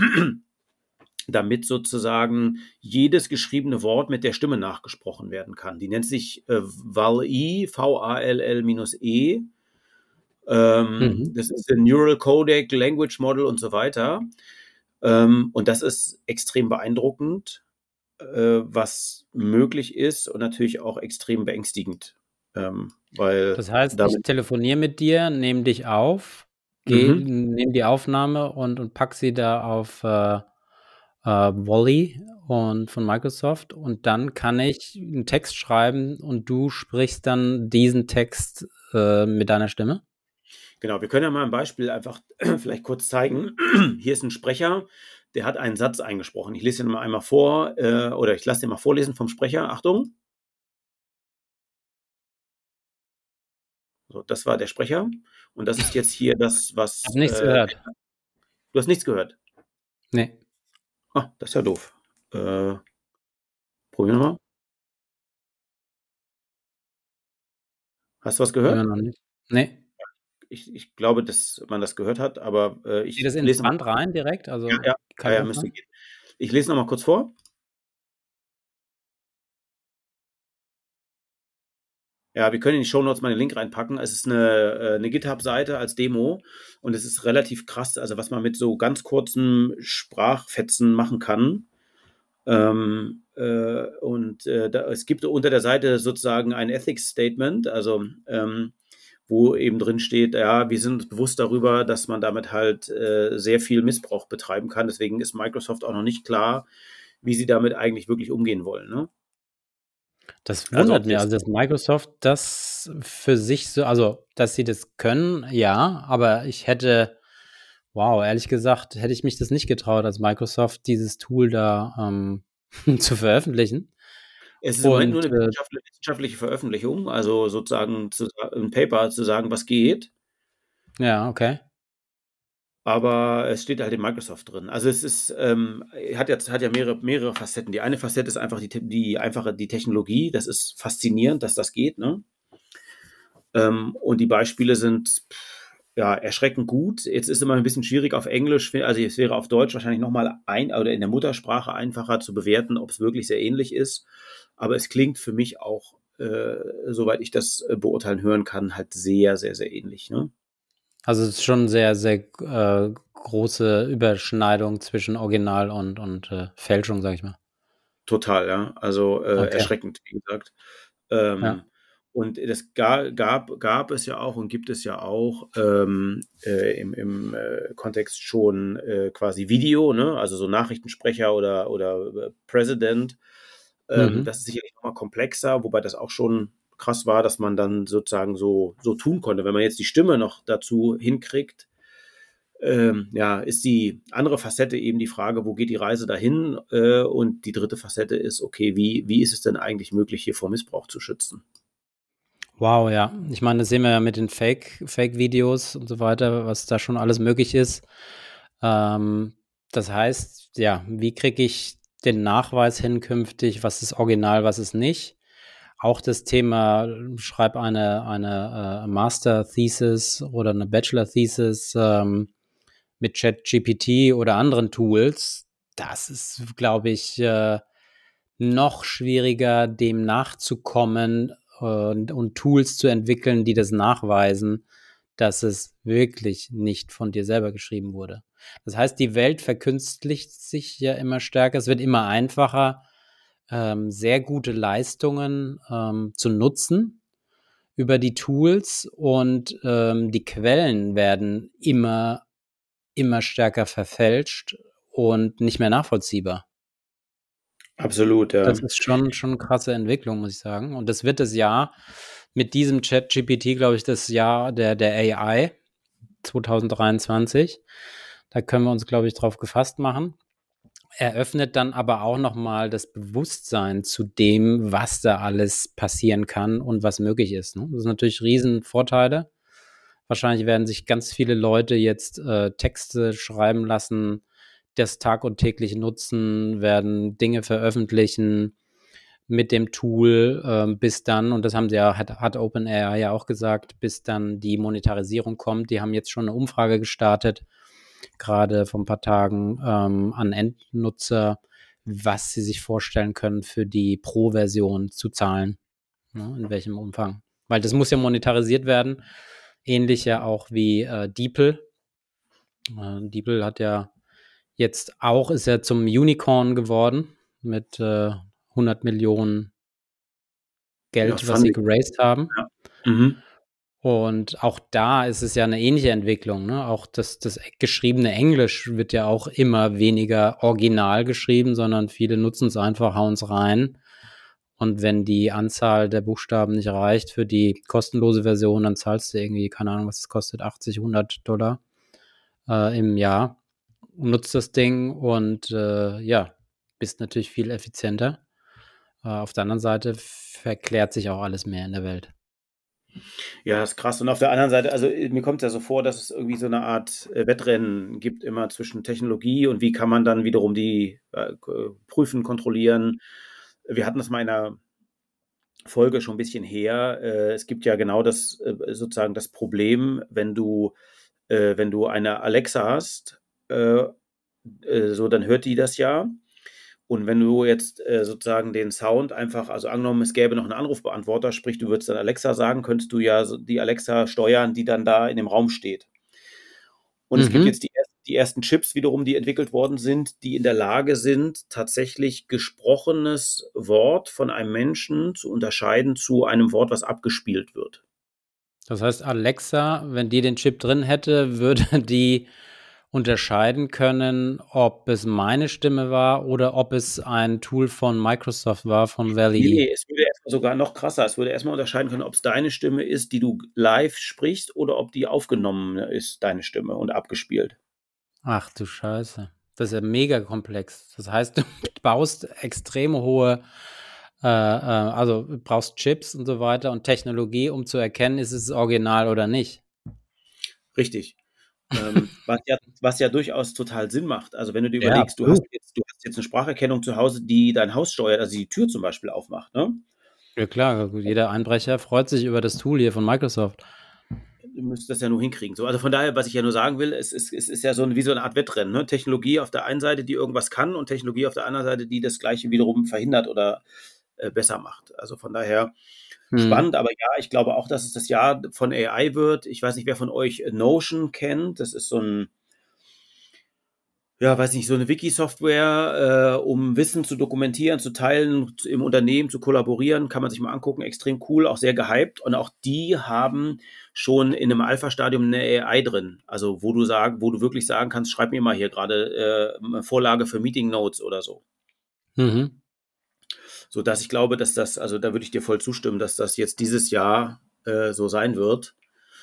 damit sozusagen jedes geschriebene Wort mit der Stimme nachgesprochen werden kann. Die nennt sich äh, Val-E, V A L L-E. Ähm, Mhm. Das ist ein Neural Codec, Language Model und so weiter. Ähm, und das ist extrem beeindruckend, äh, was möglich ist, und natürlich auch extrem beängstigend. Ähm, weil Das heißt, ich damit, telefoniere mit dir, nehme dich auf, geh, mhm. nehme die Aufnahme und, und pack sie da auf äh, äh, Wall-E und von Microsoft, und dann kann ich einen Text schreiben und du sprichst dann diesen Text äh, mit deiner Stimme? Genau, wir können ja mal ein Beispiel einfach vielleicht kurz zeigen. Hier ist ein Sprecher, der hat einen Satz eingesprochen. Ich lese den mal einmal vor, äh, oder ich lasse den mal vorlesen vom Sprecher. Achtung. So, das war der Sprecher. Und das ist jetzt hier das, was. Ich habe nichts äh, gehört. Du hast nichts gehört. Nee. Ah, das ist ja doof. Äh, probieren wir mal. Hast du was gehört? Immer noch nicht. Nee. Ich, ich glaube, dass man das gehört hat, aber äh, ich Geht das ins lese noch Band rein direkt? Also Ja, ja, kann ja, ja, das müsste sein? gehen. Ich lese noch mal kurz vor. Ja, wir können in die Shownotes mal den Link reinpacken. Es ist eine, äh, eine GitHub-Seite als Demo und es ist relativ krass, also was man mit so ganz kurzen Sprachfetzen machen kann. Ähm, äh, und äh, da, es gibt unter der Seite sozusagen ein Ethics Statement, also ähm, wo eben drin steht, ja, wir sind uns bewusst darüber, dass man damit halt äh, sehr viel Missbrauch betreiben kann. Deswegen ist Microsoft auch noch nicht klar, wie sie damit eigentlich wirklich umgehen wollen. Ne? Das Also wundert ob mich, jetzt, also dass Microsoft das für sich so, also dass sie das können, ja, aber ich hätte, wow, ehrlich gesagt, hätte ich mich das nicht getraut, als Microsoft dieses Tool da ähm, zu veröffentlichen. es ist im Moment nur Und eine äh, wissenschaftliche, wissenschaftliche Veröffentlichung, also sozusagen zu, ein Paper zu sagen, was geht. ja, okay. Aber es steht halt in Microsoft drin. Also es ist, ähm, hat jetzt hat ja mehrere, mehrere Facetten. Die eine Facette ist einfach die, die einfache die Technologie. Das ist faszinierend, dass das geht. Ne? Ähm, und die Beispiele sind pff, ja erschreckend gut. Jetzt ist immer ein bisschen schwierig auf Englisch. Also es wäre auf Deutsch wahrscheinlich nochmal ein oder in der Muttersprache einfacher zu bewerten, ob es wirklich sehr ähnlich ist. Aber es klingt für mich auch, äh, soweit ich das äh, beurteilen hören kann, halt sehr, sehr, sehr ähnlich. Ne? Also es ist schon sehr, sehr äh, große Überschneidung zwischen Original und, und äh, Fälschung, sag ich mal. Total, ja. Also äh, Okay. erschreckend, wie gesagt. Ähm, Ja. und das ga, gab, gab es ja auch und gibt es ja auch ähm, äh, im, im äh, Kontext schon äh, quasi Video, ne? Also so Nachrichtensprecher oder, oder äh, President. Ähm, Mhm. das ist sicherlich nochmal komplexer, wobei das auch schon krass war, dass man dann sozusagen so, so tun konnte. Wenn man jetzt die Stimme noch dazu hinkriegt, ähm, ja, ist die andere Facette eben die Frage, wo geht die Reise dahin? Äh, und die dritte Facette ist, okay, wie, wie ist es denn eigentlich möglich, hier vor Missbrauch zu schützen? Wow, ja. Ich meine, das sehen wir ja mit den Fake, Fake-Videos und so weiter, was da schon alles möglich ist. Ähm, das heißt, ja, wie kriege ich den Nachweis hinkünftig, was ist original, was ist nicht? Auch das Thema, schreib eine, eine äh, Master-Thesis oder eine Bachelor-Thesis ähm, mit ChatGPT oder anderen Tools. Das ist, glaube ich, äh, noch schwieriger, dem nachzukommen und, und Tools zu entwickeln, die das nachweisen, dass es wirklich nicht von dir selber geschrieben wurde. Das heißt, die Welt verkünstlicht sich ja immer stärker. Es wird immer einfacher, ähm, sehr gute Leistungen ähm, zu nutzen über die Tools und ähm, die Quellen werden immer, immer stärker verfälscht und nicht mehr nachvollziehbar. Absolut, ja. Das ist schon schon 'ne krasse Entwicklung, muss ich sagen. Und das wird das Jahr mit diesem ChatGPT, glaube ich, das Jahr der der A I zwanzig dreiundzwanzig. Da können wir uns, glaube ich, drauf gefasst machen. Eröffnet dann aber auch noch mal das Bewusstsein zu dem, was da alles passieren kann und was möglich ist, ne? Das sind natürlich Riesenvorteile. Wahrscheinlich werden sich ganz viele Leute jetzt, äh, Texte schreiben lassen, das tag und täglich nutzen, werden Dinge veröffentlichen mit dem Tool, ähm, bis dann, und das haben sie ja, hat, hat OpenAI ja auch gesagt, bis dann die Monetarisierung kommt. Die haben jetzt schon eine Umfrage gestartet, gerade vor ein paar Tagen, ähm, an Endnutzer, was sie sich vorstellen können, für die Pro-Version zu zahlen, ne, in welchem Umfang. Weil das muss ja monetarisiert werden, ähnlich ja auch wie äh, DeepL. Äh, DeepL hat ja jetzt auch, ist er zum Unicorn geworden mit äh, hundert Millionen Ja, Geld, was sie Funding. geraced haben. Ja. Mhm. Und auch da ist es ja eine ähnliche Entwicklung. Ne? Auch das, das geschriebene Englisch wird ja auch immer weniger original geschrieben, sondern viele nutzen es einfach, hauen es rein. Und wenn die Anzahl der Buchstaben nicht reicht für die kostenlose Version, dann zahlst du irgendwie, keine Ahnung, was es kostet, achtzig, hundert Dollar äh, im Jahr. Nutzt das Ding und äh, ja, bist natürlich viel effizienter. Äh, auf der anderen Seite verklärt sich auch alles mehr in der Welt. Ja, das ist krass. Und auf der anderen Seite, also äh, mir kommt es ja so vor, dass es irgendwie so eine Art äh, Wettrennen gibt immer zwischen Technologie und wie kann man dann wiederum die äh, k- prüfen, kontrollieren. Wir hatten das mal in einer Folge schon ein bisschen her. Äh, es gibt ja genau das äh, sozusagen das Problem, wenn du, äh, wenn du eine Alexa hast, äh, äh, so dann hört die das ja. Und wenn du jetzt äh, sozusagen den Sound einfach, also angenommen, es gäbe noch einen Anrufbeantworter, sprich, du würdest dann Alexa sagen, könntest du ja so die Alexa steuern, die dann da in dem Raum steht. Und es gibt Mhm. jetzt die, ersten- die ersten Chips wiederum, die entwickelt worden sind, die in der Lage sind, tatsächlich gesprochenes Wort von einem Menschen zu unterscheiden zu einem Wort, was abgespielt wird. Das heißt, Alexa, wenn die den Chip drin hätte, würde die unterscheiden können, ob es meine Stimme war oder ob es ein Tool von Microsoft war, von Nee, Valley. nee, es würde erstmal sogar noch krasser. Es würde erstmal unterscheiden können, ob es deine Stimme ist, die du live sprichst, oder ob die aufgenommen ist, deine Stimme, und abgespielt. Ach du Scheiße. Das ist ja mega komplex. Das heißt, du baust extrem hohe, äh, äh, also du brauchst Chips und so weiter und Technologie, um zu erkennen, ist es original oder nicht. Richtig. Ähm, was ja, was ja durchaus total Sinn macht. Also wenn du dir Ja, überlegst, du hast absolut. jetzt, du hast jetzt eine Spracherkennung zu Hause, die dein Haus steuert, also die Tür zum Beispiel aufmacht, ne? Ja klar, gut, jeder Einbrecher freut sich über das Tool hier von Microsoft. Du müsstest das ja nur hinkriegen. So, also von daher, was ich ja nur sagen will, es ist, es ist ja so ein, wie so eine Art Wettrennen. Ne? Technologie auf der einen Seite, die irgendwas kann, und Technologie auf der anderen Seite, die das Gleiche wiederum verhindert oder äh, besser macht. Also von daher Hm. spannend, aber ja, ich glaube auch, dass es das Jahr von A I wird. Ich weiß nicht, wer von euch Notion kennt. Das ist so ein, ja, weiß nicht, so eine Wiki-Software, äh, um Wissen zu dokumentieren, zu teilen, zu, im Unternehmen zu kollaborieren, kann man sich mal angucken, extrem cool, auch sehr gehypt. Und auch die haben schon in einem Alpha-Stadium eine A I drin. Also wo du sag, wo du wirklich sagen kannst, schreib mir mal hier gerade äh, eine Vorlage für Meeting Notes oder so. Mhm. So dass ich glaube, dass das, also da würde ich dir voll zustimmen, dass das jetzt dieses Jahr äh, so sein wird.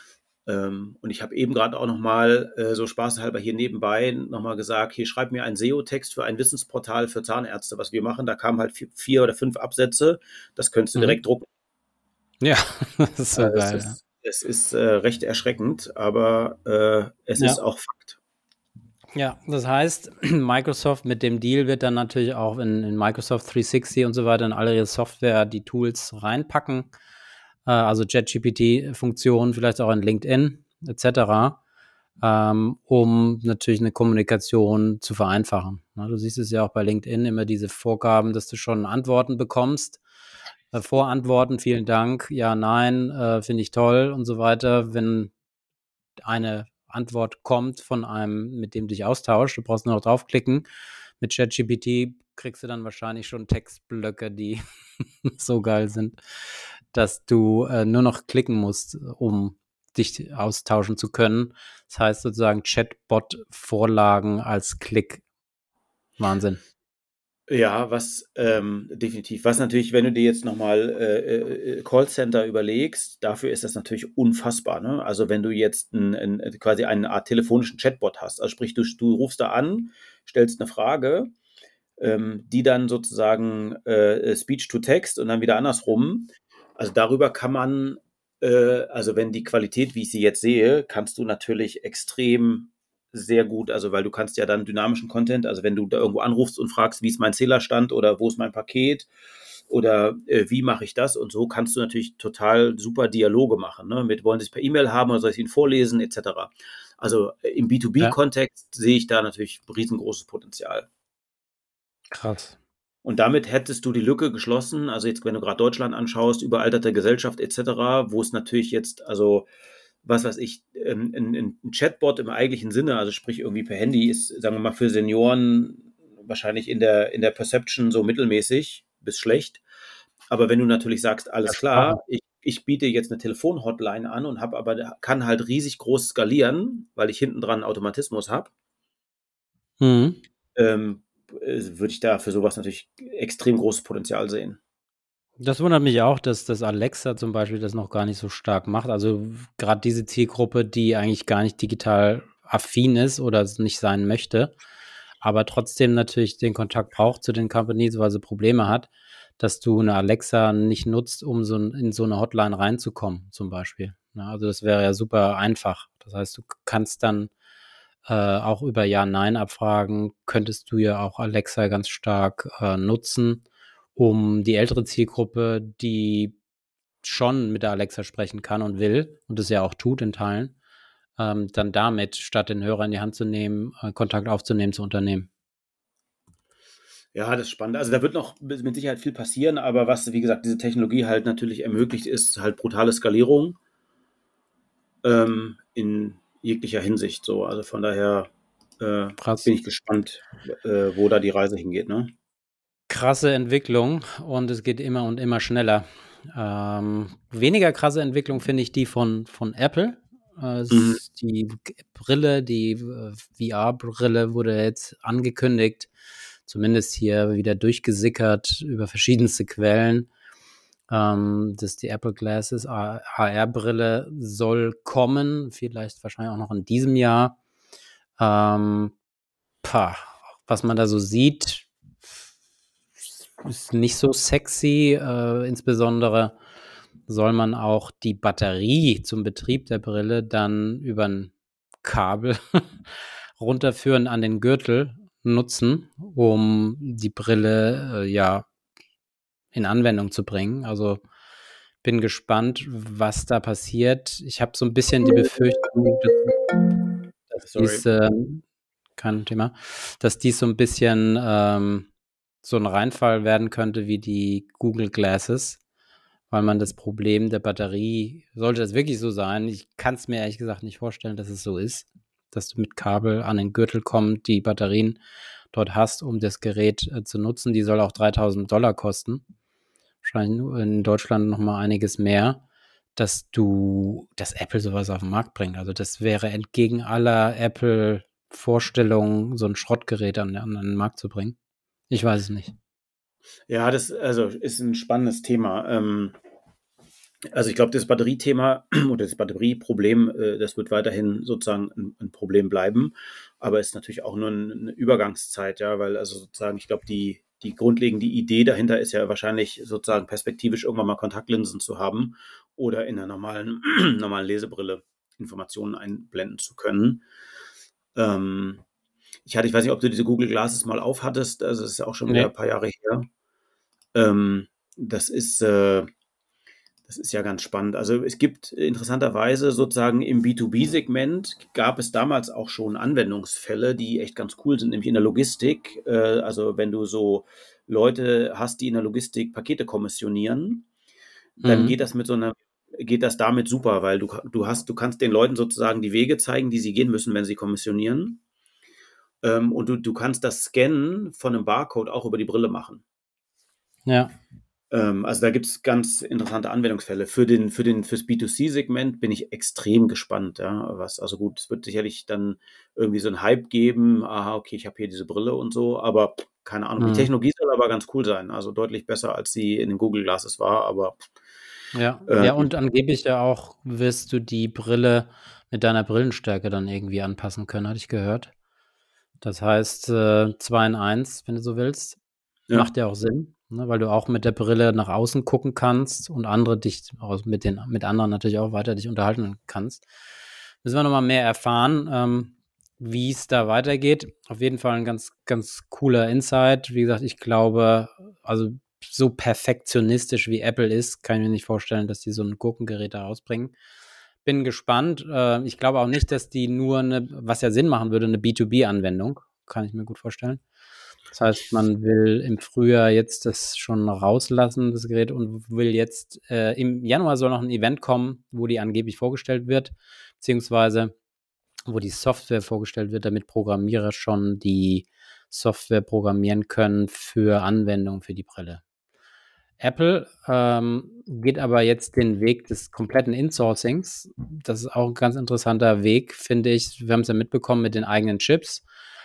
Ähm, und ich habe eben gerade auch nochmal äh, so spaßhalber hier nebenbei nochmal gesagt, hier schreib mir einen S E O-Text für ein Wissensportal für Zahnärzte, was wir machen. Da kamen halt vier, vier oder fünf Absätze. Das könntest du Mhm. direkt drucken. Ja, das ist so Äh, es geil. ist, es ist äh, recht erschreckend, aber äh, es Ja. ist auch Fakt. Ja, das heißt, Microsoft mit dem Deal wird dann natürlich auch in, in Microsoft dreihundertsechzig und so weiter in alle ihre Software die Tools reinpacken, äh, also ChatGPT-Funktionen, vielleicht auch in LinkedIn et cetera, ähm, um natürlich eine Kommunikation zu vereinfachen. Na, du siehst es ja auch bei LinkedIn immer diese Vorgaben, dass du schon Antworten bekommst. Äh, Vorantworten, vielen Dank, ja, nein, äh, finde ich toll und so weiter. Wenn eine Antwort kommt von einem, mit dem du dich austauschst, du brauchst nur noch draufklicken. Mit ChatGPT kriegst du dann wahrscheinlich schon Textblöcke, die so geil sind, dass du äh, nur noch klicken musst, um dich austauschen zu können. Das heißt sozusagen Chatbot-Vorlagen als Klick. Wahnsinn. Ja, was ähm, definitiv. Was natürlich, wenn du dir jetzt nochmal äh, äh, Callcenter überlegst, dafür ist das natürlich unfassbar. Ne? Also wenn du jetzt ein, ein, quasi eine Art telefonischen Chatbot hast, also sprich, du, du rufst da an, stellst eine Frage, ähm, die dann sozusagen äh, Speech to Text und dann wieder andersrum. Also darüber kann man, äh, also wenn die Qualität, wie ich sie jetzt sehe, kannst du natürlich extrem sehr gut, also weil du kannst ja dann dynamischen Content, also wenn du da irgendwo anrufst und fragst, wie ist mein Zählerstand oder wo ist mein Paket oder äh, wie mache ich das, und so kannst du natürlich total super Dialoge machen, ne? Mit, wollen Sie es per E-Mail haben oder soll ich Ihnen vorlesen et cetera. Also äh, im B zwei Ja, B-Kontext sehe ich da natürlich riesengroßes Potenzial. krass. Und damit hättest du die Lücke geschlossen, also jetzt, wenn du gerade Deutschland anschaust, überalterte Gesellschaft et cetera, wo es natürlich jetzt, also was weiß ich, ähm, ein, ein Chatbot im eigentlichen Sinne, also sprich irgendwie per Handy, ist, sagen wir mal, für Senioren wahrscheinlich in der, in der Perception so mittelmäßig bis schlecht. Aber wenn du natürlich sagst, alles Sprache. klar, ich, ich biete jetzt eine Telefonhotline an und habe aber, kann halt riesig groß skalieren, weil ich hinten dran Automatismus habe, Mhm. ähm, äh, würde ich da für sowas natürlich extrem großes Potenzial sehen. Das wundert mich auch, dass das Alexa zum Beispiel das noch gar nicht so stark macht. Also gerade diese Zielgruppe, die eigentlich gar nicht digital affin ist oder es nicht sein möchte, aber trotzdem natürlich den Kontakt braucht zu den Companies, weil sie Probleme hat. dass du eine Alexa nicht nutzt, um so in so eine Hotline reinzukommen, zum Beispiel. Ja, also das wäre ja super einfach. Das heißt, du kannst dann äh, auch über Ja-Nein-Abfragen, könntest du ja auch Alexa ganz stark äh, nutzen, um die ältere Zielgruppe, die schon mit der Alexa sprechen kann und will und es ja auch tut in Teilen, ähm, dann damit, statt den Hörer in die Hand zu nehmen, äh, Kontakt aufzunehmen zu Unternehmen. Ja, das ist spannend. Also da wird noch mit Sicherheit viel passieren, aber was, wie gesagt, diese Technologie halt natürlich ermöglicht, ist halt brutale Skalierung ähm, in jeglicher Hinsicht. So, also von daher äh, Krass. bin ich gespannt, äh, wo da die Reise hingeht. Ne? Krasse Entwicklung und es geht immer und immer schneller. Ähm, weniger krasse Entwicklung finde ich die von, von Apple. Äh, Mhm. Die Brille, die äh, V R-Brille wurde jetzt angekündigt, zumindest hier wieder durchgesickert über verschiedenste Quellen, ähm, dass die Apple Glasses H R-Brille soll kommen, vielleicht wahrscheinlich auch noch in diesem Jahr. Ähm, pah, was man da so sieht, ist nicht so sexy. Äh, insbesondere soll man auch die Batterie zum Betrieb der Brille dann über ein Kabel runterführen an den Gürtel nutzen, um die Brille äh, ja in Anwendung zu bringen. Also bin gespannt, was da passiert. Ich habe so ein bisschen die Befürchtung, dass, dass Sorry. dies, äh, kein Thema, dass dies so ein bisschen ähm, so ein Reinfall werden könnte wie die Google Glasses, weil man das Problem der Batterie, sollte das wirklich so sein, ich kann es mir ehrlich gesagt nicht vorstellen, dass es so ist, dass du mit Kabel an den Gürtel kommst, die Batterien dort hast, um das Gerät äh, zu nutzen. Die soll auch dreitausend Dollar kosten. Wahrscheinlich in Deutschland noch mal einiges mehr, dass du, dass Apple sowas auf den Markt bringt. Also das wäre entgegen aller Apple-Vorstellungen, so ein Schrottgerät an, an den Markt zu bringen. Ich weiß es nicht. Ja, das also ist ein spannendes Thema. Ähm, also ich glaube, das Batteriethema oder das Batterieproblem, äh, das wird weiterhin sozusagen ein, ein Problem bleiben, aber ist natürlich auch nur ein, eine Übergangszeit, ja, weil also sozusagen, ich glaube, die, die grundlegende Idee dahinter ist ja wahrscheinlich sozusagen perspektivisch irgendwann mal Kontaktlinsen zu haben oder in einer normalen, normalen Lesebrille Informationen einblenden zu können. Ähm, ich hatte, ich weiß nicht, ob du diese Google Glasses mal aufhattest, also das ist ja auch schon wieder Nee. ein paar Jahre her. Ähm, das ist, äh, das ist ja ganz spannend. Also es gibt interessanterweise sozusagen im B zwei B-Segment gab es damals auch schon Anwendungsfälle, die echt ganz cool sind, nämlich in der Logistik. Äh, also wenn du so Leute hast, die in der Logistik Pakete kommissionieren, dann Mhm. geht das mit so einer, geht das damit super, weil du, du hast, du kannst den Leuten sozusagen die Wege zeigen, die sie gehen müssen, wenn sie kommissionieren. Ähm, und du, du kannst das Scannen von einem Barcode auch über die Brille machen. Ja. Ähm, also da gibt es ganz interessante Anwendungsfälle. Für den, für den, fürs B zwei C-Segment bin ich extrem gespannt. Ja, was, also gut, es wird sicherlich dann irgendwie so einen Hype geben. Aha, okay, ich habe hier diese Brille und so, aber pff, keine Ahnung. Die Mhm. Technologie soll aber ganz cool sein. Also deutlich besser, als sie in den Google Glasses war, aber Ja. äh, Ja, und angeblich ja auch wirst du die Brille mit deiner Brillenstärke dann irgendwie anpassen können, hatte ich gehört. Das heißt, äh, zwei in eins, wenn du so willst. ja. Macht ja auch Sinn, ne, weil du auch mit der Brille nach außen gucken kannst und andere dich aus, mit, den, mit anderen natürlich auch weiter dich unterhalten kannst. Müssen wir nochmal mehr erfahren, ähm, wie es da weitergeht. Auf jeden Fall ein ganz, ganz cooler Insight. Wie gesagt, ich glaube, also so perfektionistisch wie Apple ist, kann ich mir nicht vorstellen, dass die so ein Gurkengerät da rausbringen. Bin gespannt. Äh, ich glaube auch nicht, dass die nur eine, was ja Sinn machen würde, eine B zwei B-Anwendung. Kann ich mir gut vorstellen. Das heißt, man will im Frühjahr jetzt das schon rauslassen, das Gerät, und will jetzt, äh, im Januar soll noch ein Event kommen, wo die angeblich vorgestellt wird, beziehungsweise wo die Software vorgestellt wird, damit Programmierer schon die Software programmieren können für Anwendungen für die Brille. Apple ähm, geht aber jetzt den Weg des kompletten Insourcings. Das ist auch ein ganz interessanter Weg, finde ich. Wir haben es ja mitbekommen mit den eigenen Chips.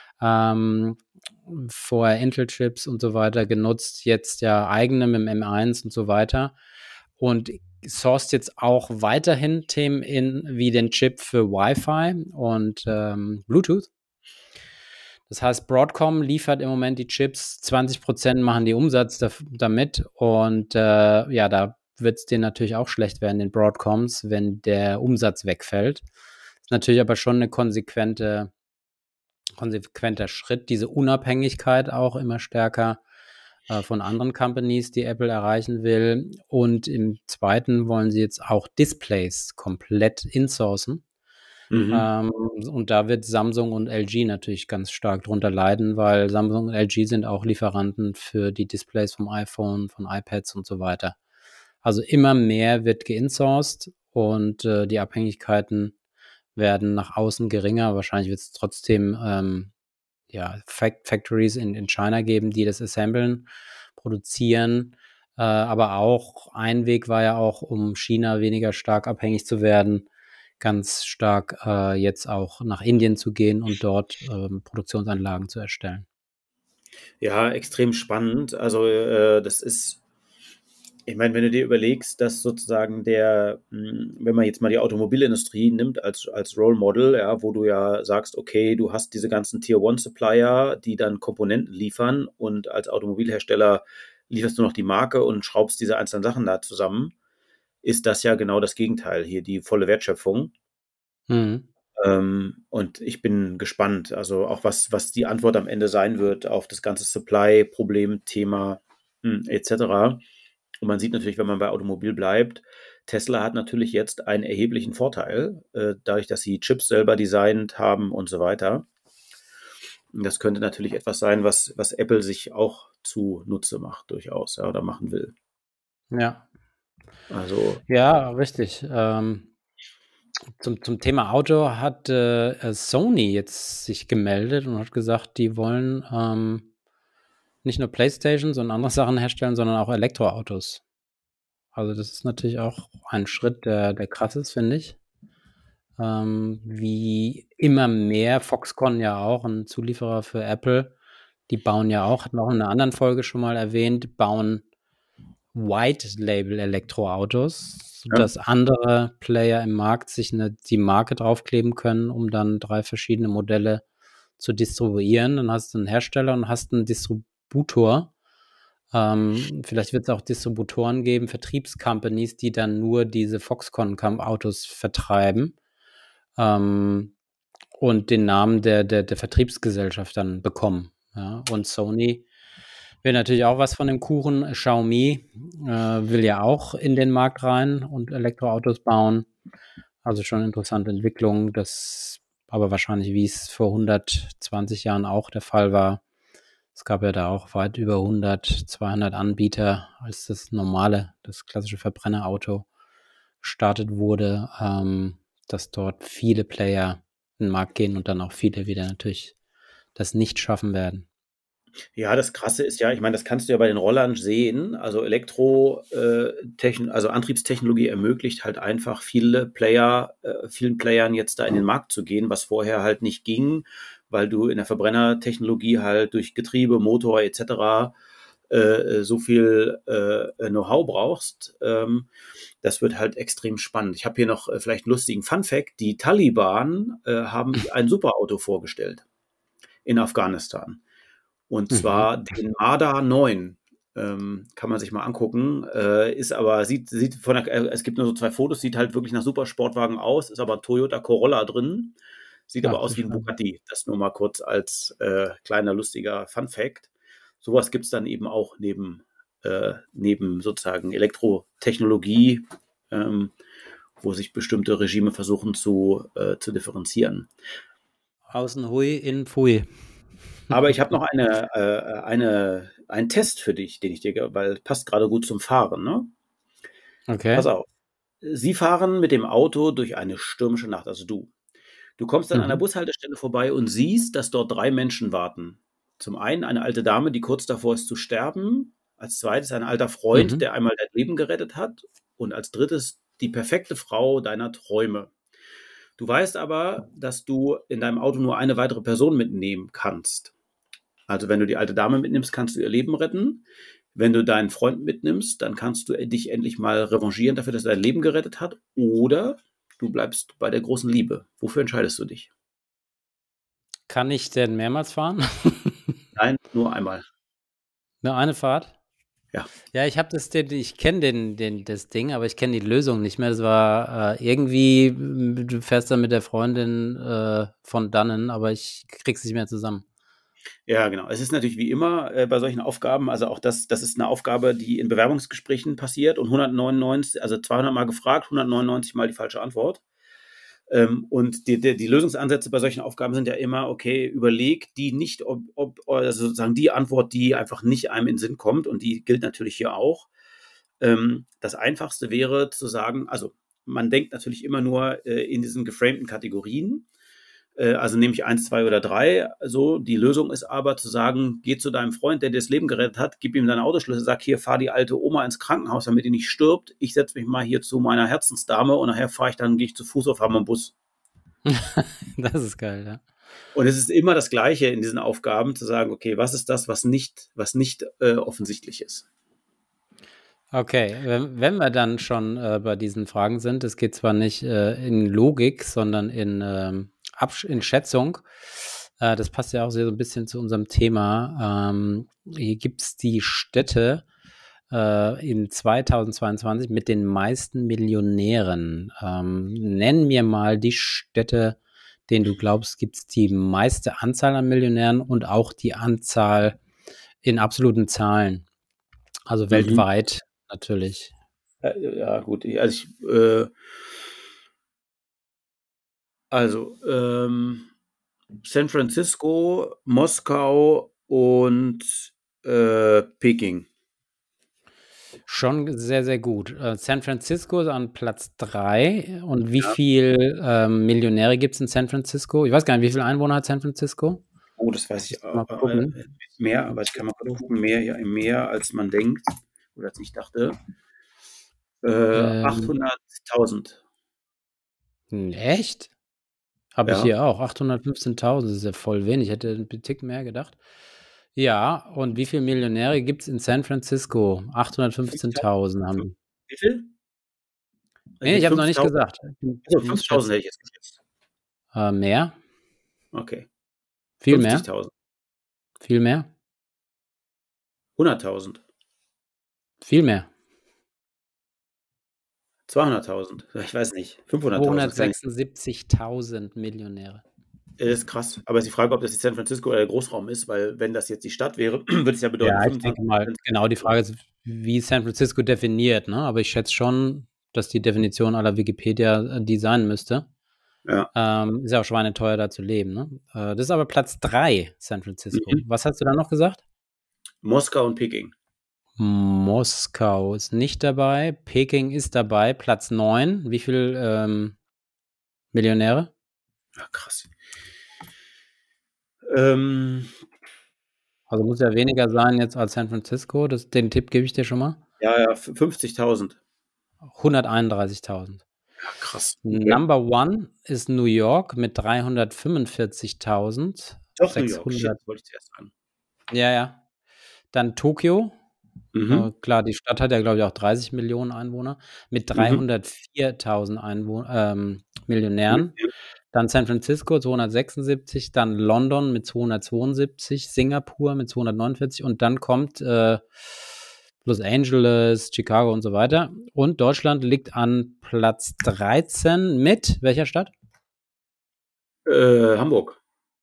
Ähm, vorher Intel-Chips und so weiter genutzt, jetzt ja eigene mit dem M eins und so weiter. Und sourced jetzt auch weiterhin Themen in, wie den Chip für Wi-Fi und ähm, Bluetooth. Das heißt, Broadcom liefert im Moment die Chips, zwanzig Prozent machen die Umsatz daf- damit und äh, ja, da wird es denen natürlich auch schlecht werden, den Broadcoms, wenn der Umsatz wegfällt. Ist natürlich aber schon eine konsequente, konsequenter Schritt, diese Unabhängigkeit auch immer stärker äh, von anderen Companies, die Apple erreichen will. Und im zweiten wollen sie jetzt auch Displays komplett insourcen. Mhm. Ähm, und da wird Samsung und L G natürlich ganz stark drunter leiden, weil Samsung und L G sind auch Lieferanten für die Displays vom iPhone, von iPads und so weiter. Also immer mehr wird geinsourced und äh, die Abhängigkeiten werden nach außen geringer. Wahrscheinlich wird es trotzdem ähm, ja, Fact Factories in, in China geben, die das assemblen, produzieren. Äh, aber auch ein Weg war ja auch, um China weniger stark abhängig zu werden, ganz stark äh, jetzt auch nach Indien zu gehen und dort ähm, Produktionsanlagen zu erstellen. Ja, extrem spannend. Also äh, das ist, ich meine, wenn du dir überlegst, dass sozusagen der, mh, wenn man jetzt mal die Automobilindustrie nimmt als, als Role Model, ja, wo du ja sagst, okay, du hast diese ganzen Tier-One-Supplier, die dann Komponenten liefern und als Automobilhersteller lieferst du noch die Marke und schraubst diese einzelnen Sachen da zusammen, ist das ja genau das Gegenteil hier, die volle Wertschöpfung. Mhm. Ähm, und ich bin gespannt, also auch was, was die Antwort am Ende sein wird auf das ganze Supply-Problem, Thema hm, et cetera. Und man sieht natürlich, wenn man bei Automobil bleibt, Tesla hat natürlich jetzt einen erheblichen Vorteil, äh, dadurch, dass sie Chips selber designt haben und so weiter. Und das könnte natürlich etwas sein, was, was Apple sich auch zunutze macht, durchaus, ja, oder machen will. Ja. Also, Ja, richtig. Ähm, zum, zum Thema Auto hat äh, Sony jetzt sich gemeldet und hat gesagt, die wollen ähm, nicht nur PlayStation, sondern andere Sachen herstellen, sondern auch Elektroautos. Also das ist natürlich auch ein Schritt, der, der krass ist, finde ich. Ähm, wie immer mehr, Foxconn ja auch, ein Zulieferer für Apple, die bauen ja auch, hatten wir auch in einer anderen Folge schon mal erwähnt, bauen White-Label-Elektroautos, ja. sodass andere Player im Markt sich eine, die Marke draufkleben können, um dann drei verschiedene Modelle zu distribuieren. Dann hast du einen Hersteller und hast einen Distributor. Ähm, vielleicht wird es auch Distributoren geben, Vertriebscompanies, die dann nur diese Foxconn-Autos vertreiben ähm, und den Namen der, der, der Vertriebsgesellschaft dann bekommen. Ja? Und Sony will natürlich auch was von dem Kuchen. Xiaomi äh, will ja auch in den Markt rein und Elektroautos bauen. Also schon interessante Entwicklung, das aber wahrscheinlich, wie es vor hundertzwanzig Jahren auch der Fall war. Es gab ja da auch weit über hundert, zweihundert Anbieter, als das normale, das klassische Verbrennerauto gestartet wurde, ähm, dass dort viele Player in den Markt gehen und dann auch viele wieder natürlich das nicht schaffen werden. Ja, das Krasse ist ja, ich meine, das kannst du ja bei den Rollern sehen. Also Elektro, äh, Techn also Antriebstechnologie ermöglicht halt einfach viele Player, äh, vielen Playern jetzt da in den Markt zu gehen, was vorher halt nicht ging, weil du in der Verbrennertechnologie halt durch Getriebe, Motor et cetera äh, so viel äh, Know-how brauchst. Ähm, das wird halt extrem spannend. Ich habe hier noch äh, vielleicht einen lustigen Fun-Fact. Die Taliban äh, haben ein Superauto vorgestellt in Afghanistan. Und Mhm. zwar den Marder neun. Ähm, kann man sich mal angucken. Äh, ist aber, sieht, sieht von der, äh, es gibt nur so zwei Fotos, sieht halt wirklich nach Supersportwagen aus, ist aber ein Toyota Corolla drin. Sieht Ach, aber du aus wie ein Scheiße. Bugatti. Das nur mal kurz als äh, kleiner lustiger Fun-Fact. Sowas gibt es dann eben auch neben, äh, neben sozusagen Elektrotechnologie, ähm, wo sich bestimmte Regime versuchen zu, äh, zu differenzieren. Außen hui, innen pfui. Aber ich habe noch eine, äh, eine, einen Test für dich, den ich dir, weil passt gerade gut zum Fahren, ne? Okay. Pass auf. Sie fahren mit dem Auto durch eine stürmische Nacht, also du. Du kommst an einer Mhm. Bushaltestelle vorbei und siehst, dass dort drei Menschen warten. Zum einen eine alte Dame, die kurz davor ist zu sterben. Als zweites ein alter Freund, Mhm. der einmal dein Leben gerettet hat. Und als drittes die perfekte Frau deiner Träume. Du weißt aber, dass du in deinem Auto nur eine weitere Person mitnehmen kannst. Also wenn du die alte Dame mitnimmst, kannst du ihr Leben retten. Wenn du deinen Freund mitnimmst, dann kannst du dich endlich mal revanchieren dafür, dass er dein Leben gerettet hat. Oder du bleibst bei der großen Liebe. Wofür entscheidest du dich? Kann ich denn mehrmals fahren? Nein, nur einmal. Nur eine Fahrt? Ja. Ja, ich habe das, den, ich kenne den, den, das Ding, aber ich kenne die Lösung nicht mehr. Das war äh, irgendwie, du fährst dann mit der Freundin äh, von dannen, aber ich krieg's nicht mehr zusammen. Ja, genau. Es ist natürlich wie immer äh, bei solchen Aufgaben, also auch das, das ist eine Aufgabe, die in Bewerbungsgesprächen passiert und hundertneunundneunzig, also zweihundert Mal gefragt, hundertneunundneunzig Mal die falsche Antwort. Ähm, und die, die, die Lösungsansätze bei solchen Aufgaben sind ja immer, okay, überleg die nicht, ob, ob also sozusagen die Antwort, die einfach nicht einem in den Sinn kommt, und die gilt natürlich hier auch. Ähm, das Einfachste wäre zu sagen, also man denkt natürlich immer nur äh, in diesen geframten Kategorien, äh, also nehme ich eins, zwei oder drei. So, die Lösung ist aber zu sagen, geh zu deinem Freund, der dir das Leben gerettet hat, gib ihm deine Autoschlüssel, sag, hier, fahr die alte Oma ins Krankenhaus, damit die nicht stirbt. Ich setze mich mal hier zu meiner Herzensdame und nachher fahre ich dann, gehe ich zu Fuß auf am Bus. Das ist geil, ja. Und es ist immer das Gleiche in diesen Aufgaben, zu sagen, okay, was ist das, was nicht, was nicht äh, offensichtlich ist? Okay, wenn, wenn wir dann schon äh, bei diesen Fragen sind, es geht zwar nicht äh, in Logik, sondern in, ähm, Absch- in Schätzung. Äh, das passt ja auch sehr so ein bisschen zu unserem Thema. Ähm, hier gibt es die Städte äh, in zweitausendzweiundzwanzig mit den meisten Millionären. Ähm, nenn mir mal die Städte, denen du glaubst, gibt es die meiste Anzahl an Millionären und auch die Anzahl in absoluten Zahlen. Also Mhm. weltweit natürlich. Ja, ja, gut. Also, ich, äh, also ähm, San Francisco, Moskau und äh, Peking. Schon sehr, sehr gut. Äh, San Francisco ist an Platz drei. Und wie Ja. viel ähm, Millionäre gibt es in San Francisco? Ich weiß gar nicht, wie viele Einwohner hat San Francisco? Oh, das weiß ich Mal äh, gucken. äh, mehr, aber ich kann mal kurz gucken. Mehr, ja, mehr als man denkt oder als ich dachte. Äh, Ähm, achthunderttausend. Echt? Habe ich Ja. hier auch. achthundertfünfzehntausend, das ist ja voll wenig. Ich hätte einen Tick mehr gedacht. Ja, und wie viele Millionäre gibt es in San Francisco? achthundertfünfzehntausend haben die. Wie viel? Nee, ich habe noch nicht gesagt. Ich bin- Also ich muss fünftausend schätzen. hätte ich jetzt geschätzt. Äh, mehr? Okay. Viel mehr? fünfzigtausend. Viel mehr? hunderttausend. Viel mehr? zweihunderttausend. Ich weiß nicht. fünfhunderttausend. zweihundertsechsundsiebzigtausend Millionäre. Das ist krass. Aber es ist die Frage, ob das jetzt San Francisco oder der Großraum ist, weil wenn das jetzt die Stadt wäre, würde es ja bedeuten, Ja, ich denke mal, genau, die Frage ist, wie San Francisco definiert, ne? Aber ich schätze schon, dass die Definition aller Wikipedia äh, die sein müsste. Ja. Ähm, ist ja auch schweineteuer, da zu leben, ne? Äh, das ist aber Platz drei, San Francisco. Mhm. Was hast du da noch gesagt? Moskau und Peking. Moskau ist nicht dabei, Peking ist dabei, Platz neun. Wie viel ähm, Millionäre? Ja, krass. Ähm, Also muss ja weniger sein jetzt als San Francisco. Das, den Tipp gebe ich dir schon mal. ja, ja, fünfzigtausend. hunderteinunddreißigtausend. Ja, krass. Number one ist New York mit dreihundertfünfundvierzigtausend. Doch, New York. Shit, wollte ich zuerst sagen. Ja, ja. Dann Tokio. Mhm. Äh, klar, die Stadt hat ja, glaube ich, auch dreißig Millionen Einwohner mit dreihundertviertausend Einwohn ähm, Millionären. Mhm. Dann San Francisco zweihundertsechsundsiebzig, dann London mit zweihundertzweiundsiebzig, Singapur mit zweihundertneunundvierzig und dann kommt äh, Los Angeles, Chicago und so weiter. Und Deutschland liegt an Platz dreizehn mit welcher Stadt? Äh, Hamburg.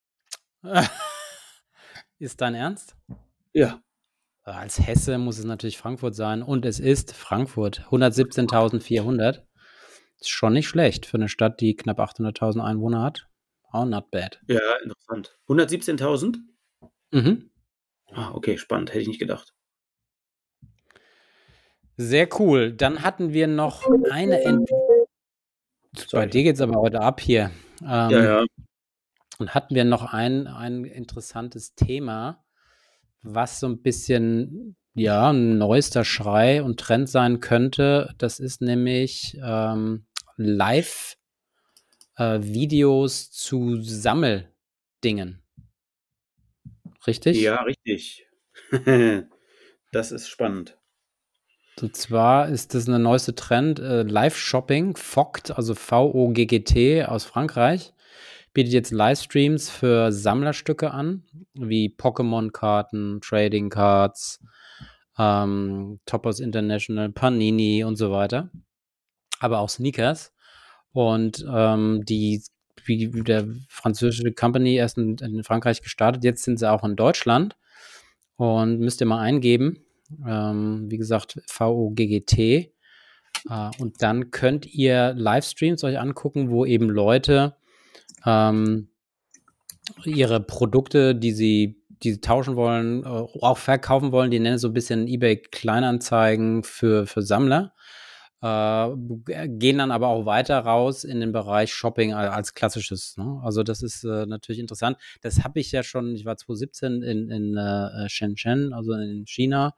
Ist dein Ernst? Ja. Als Hesse muss es natürlich Frankfurt sein und es ist Frankfurt. hundertsiebzehntausendvierhundert. Ist schon nicht schlecht für eine Stadt, die knapp achthunderttausend Einwohner hat. Oh, not bad. Ja, interessant. hundertsiebzehntausend? Mhm. Ah, okay, spannend. Hätte ich nicht gedacht. Sehr cool. Dann hatten wir noch eine Entwicklung. Bei dir geht es aber heute ab hier. Ähm, Ja, ja. Und hatten wir noch ein, ein interessantes Thema, was so ein bisschen, ja, ein neuester Schrei und Trend sein könnte. Das ist nämlich ähm, Live-Videos äh, zu Sammeldingen. Richtig? Ja, richtig. Das ist spannend. Und zwar ist das eine neueste Trend, äh, Live-Shopping, Vogt, also V O G G T aus Frankreich. bietet jetzt Livestreams für Sammlerstücke an, wie Pokémon-Karten, Trading Cards, ähm, Topos International, Panini und so weiter. Aber auch Sneakers. Und ähm, die, wie der französische Company erst in, in Frankreich gestartet, jetzt sind sie auch in Deutschland. Und müsst ihr mal eingeben, ähm, wie gesagt, V O G G T. Äh, und dann könnt ihr Livestreams euch angucken, wo eben Leute ähm, ihre Produkte, die sie, die sie tauschen wollen, auch verkaufen wollen, die nennen es so ein bisschen eBay-Kleinanzeigen für, für Sammler, äh, gehen dann aber auch weiter raus in den Bereich Shopping als klassisches. Ne? Also das ist äh, natürlich interessant. Das habe ich ja schon, ich war zwanzig siebzehn in, in äh, Shenzhen, also in China,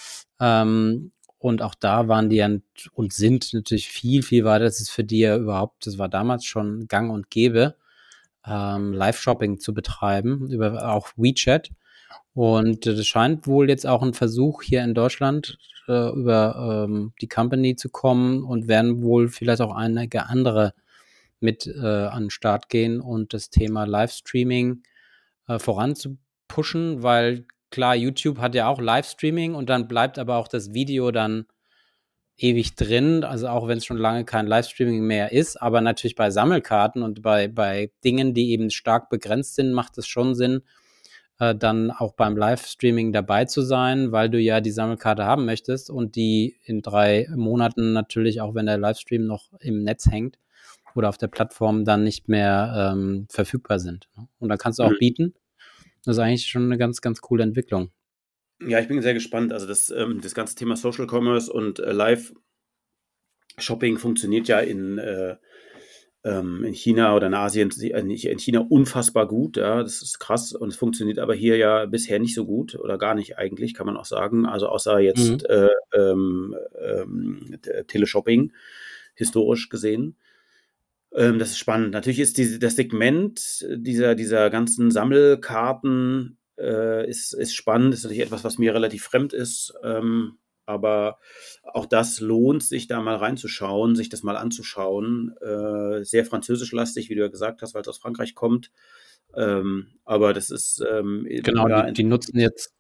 ähm, und auch da waren die ja und sind natürlich viel, viel weiter. Das ist für die ja überhaupt, das war damals schon gang und gäbe, ähm, Live-Shopping zu betreiben, über auch WeChat. Und das scheint wohl jetzt auch ein Versuch hier in Deutschland äh, über ähm, die Company zu kommen und werden wohl vielleicht auch einige andere mit äh, an den Start gehen und das Thema Livestreaming äh, voranzupushen, weil klar, YouTube hat ja auch Livestreaming und dann bleibt aber auch das Video dann ewig drin, also auch wenn es schon lange kein Livestreaming mehr ist, aber natürlich bei Sammelkarten und bei, bei Dingen, die eben stark begrenzt sind, macht es schon Sinn, äh, dann auch beim Livestreaming dabei zu sein, weil du ja die Sammelkarte haben möchtest und die in drei Monaten natürlich, auch wenn der Livestream noch im Netz hängt oder auf der Plattform, dann nicht mehr ähm, verfügbar sind. Und dann kannst du auch mhm. bieten. Das ist eigentlich schon eine ganz, ganz coole Entwicklung. Ja, ich bin sehr gespannt. Also das, ähm, das ganze Thema Social Commerce und äh, Live-Shopping funktioniert ja in, äh, ähm, in China oder in Asien, in China unfassbar gut. Ja, das ist krass. Und es funktioniert aber hier ja bisher nicht so gut oder gar nicht eigentlich, kann man auch sagen. Also außer jetzt mhm. äh, ähm, ähm, Teleshopping, historisch gesehen. Ähm, das ist spannend. Natürlich ist die, das Segment dieser, dieser ganzen Sammelkarten äh, ist, ist spannend. Das ist natürlich etwas, was mir relativ fremd ist. Ähm, aber auch das lohnt sich, da mal reinzuschauen, sich das mal anzuschauen. Äh, sehr französischlastig, wie du ja gesagt hast, weil es aus Frankreich kommt. Ähm, aber das ist ähm, genau, die, die nutzen jetzt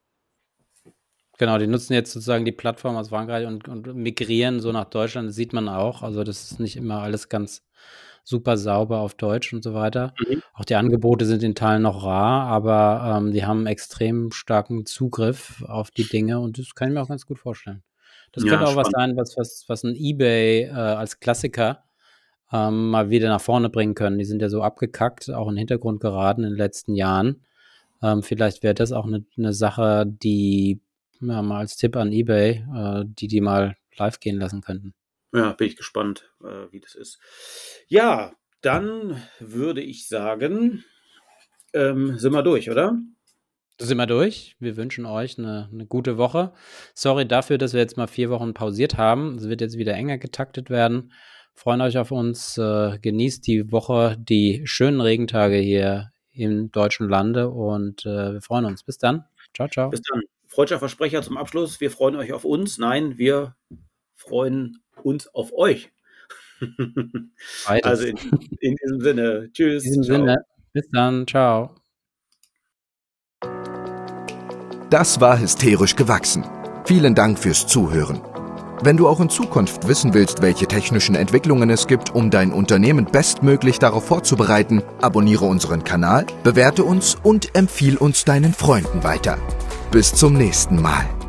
Genau, die nutzen jetzt sozusagen die Plattform aus Frankreich und, und migrieren so nach Deutschland. Das sieht man auch. Also das ist nicht immer alles ganz super sauber auf Deutsch und so weiter. Mhm. Auch die Angebote sind in Teilen noch rar, aber ähm, die haben extrem starken Zugriff auf die Dinge und das kann ich mir auch ganz gut vorstellen. Das ja, könnte auch spannend. was sein, was, was, was ein eBay äh, als Klassiker ähm, mal wieder nach vorne bringen können. Die sind ja so abgekackt, auch in den Hintergrund geraten in den letzten Jahren. Ähm, vielleicht wäre das auch eine, eine Sache, die ja, mal als Tipp an eBay, äh, die die mal live gehen lassen könnten. Ja, bin ich gespannt, äh, wie das ist. Ja, dann würde ich sagen, ähm, sind wir durch, oder? Sind wir durch. Wir wünschen euch eine, eine gute Woche. Sorry dafür, dass wir jetzt mal vier Wochen pausiert haben. Es wird jetzt wieder enger getaktet werden. Freuen euch auf uns. Äh, genießt die Woche, die schönen Regentage hier im deutschen Lande und äh, wir freuen uns. Bis dann. Ciao, ciao. Bis dann. Freudscher Versprecher zum Abschluss. Wir freuen euch auf uns. Nein, wir freuen uns auf euch. Also in, in diesem Sinne. Tschüss. In diesem ciao. Sinne. Bis dann. Ciao. Das war Hysterisch gewachsen. Vielen Dank fürs Zuhören. Wenn du auch in Zukunft wissen willst, welche technischen Entwicklungen es gibt, um dein Unternehmen bestmöglich darauf vorzubereiten, abonniere unseren Kanal, bewerte uns und empfiehl uns deinen Freunden weiter. Bis zum nächsten Mal.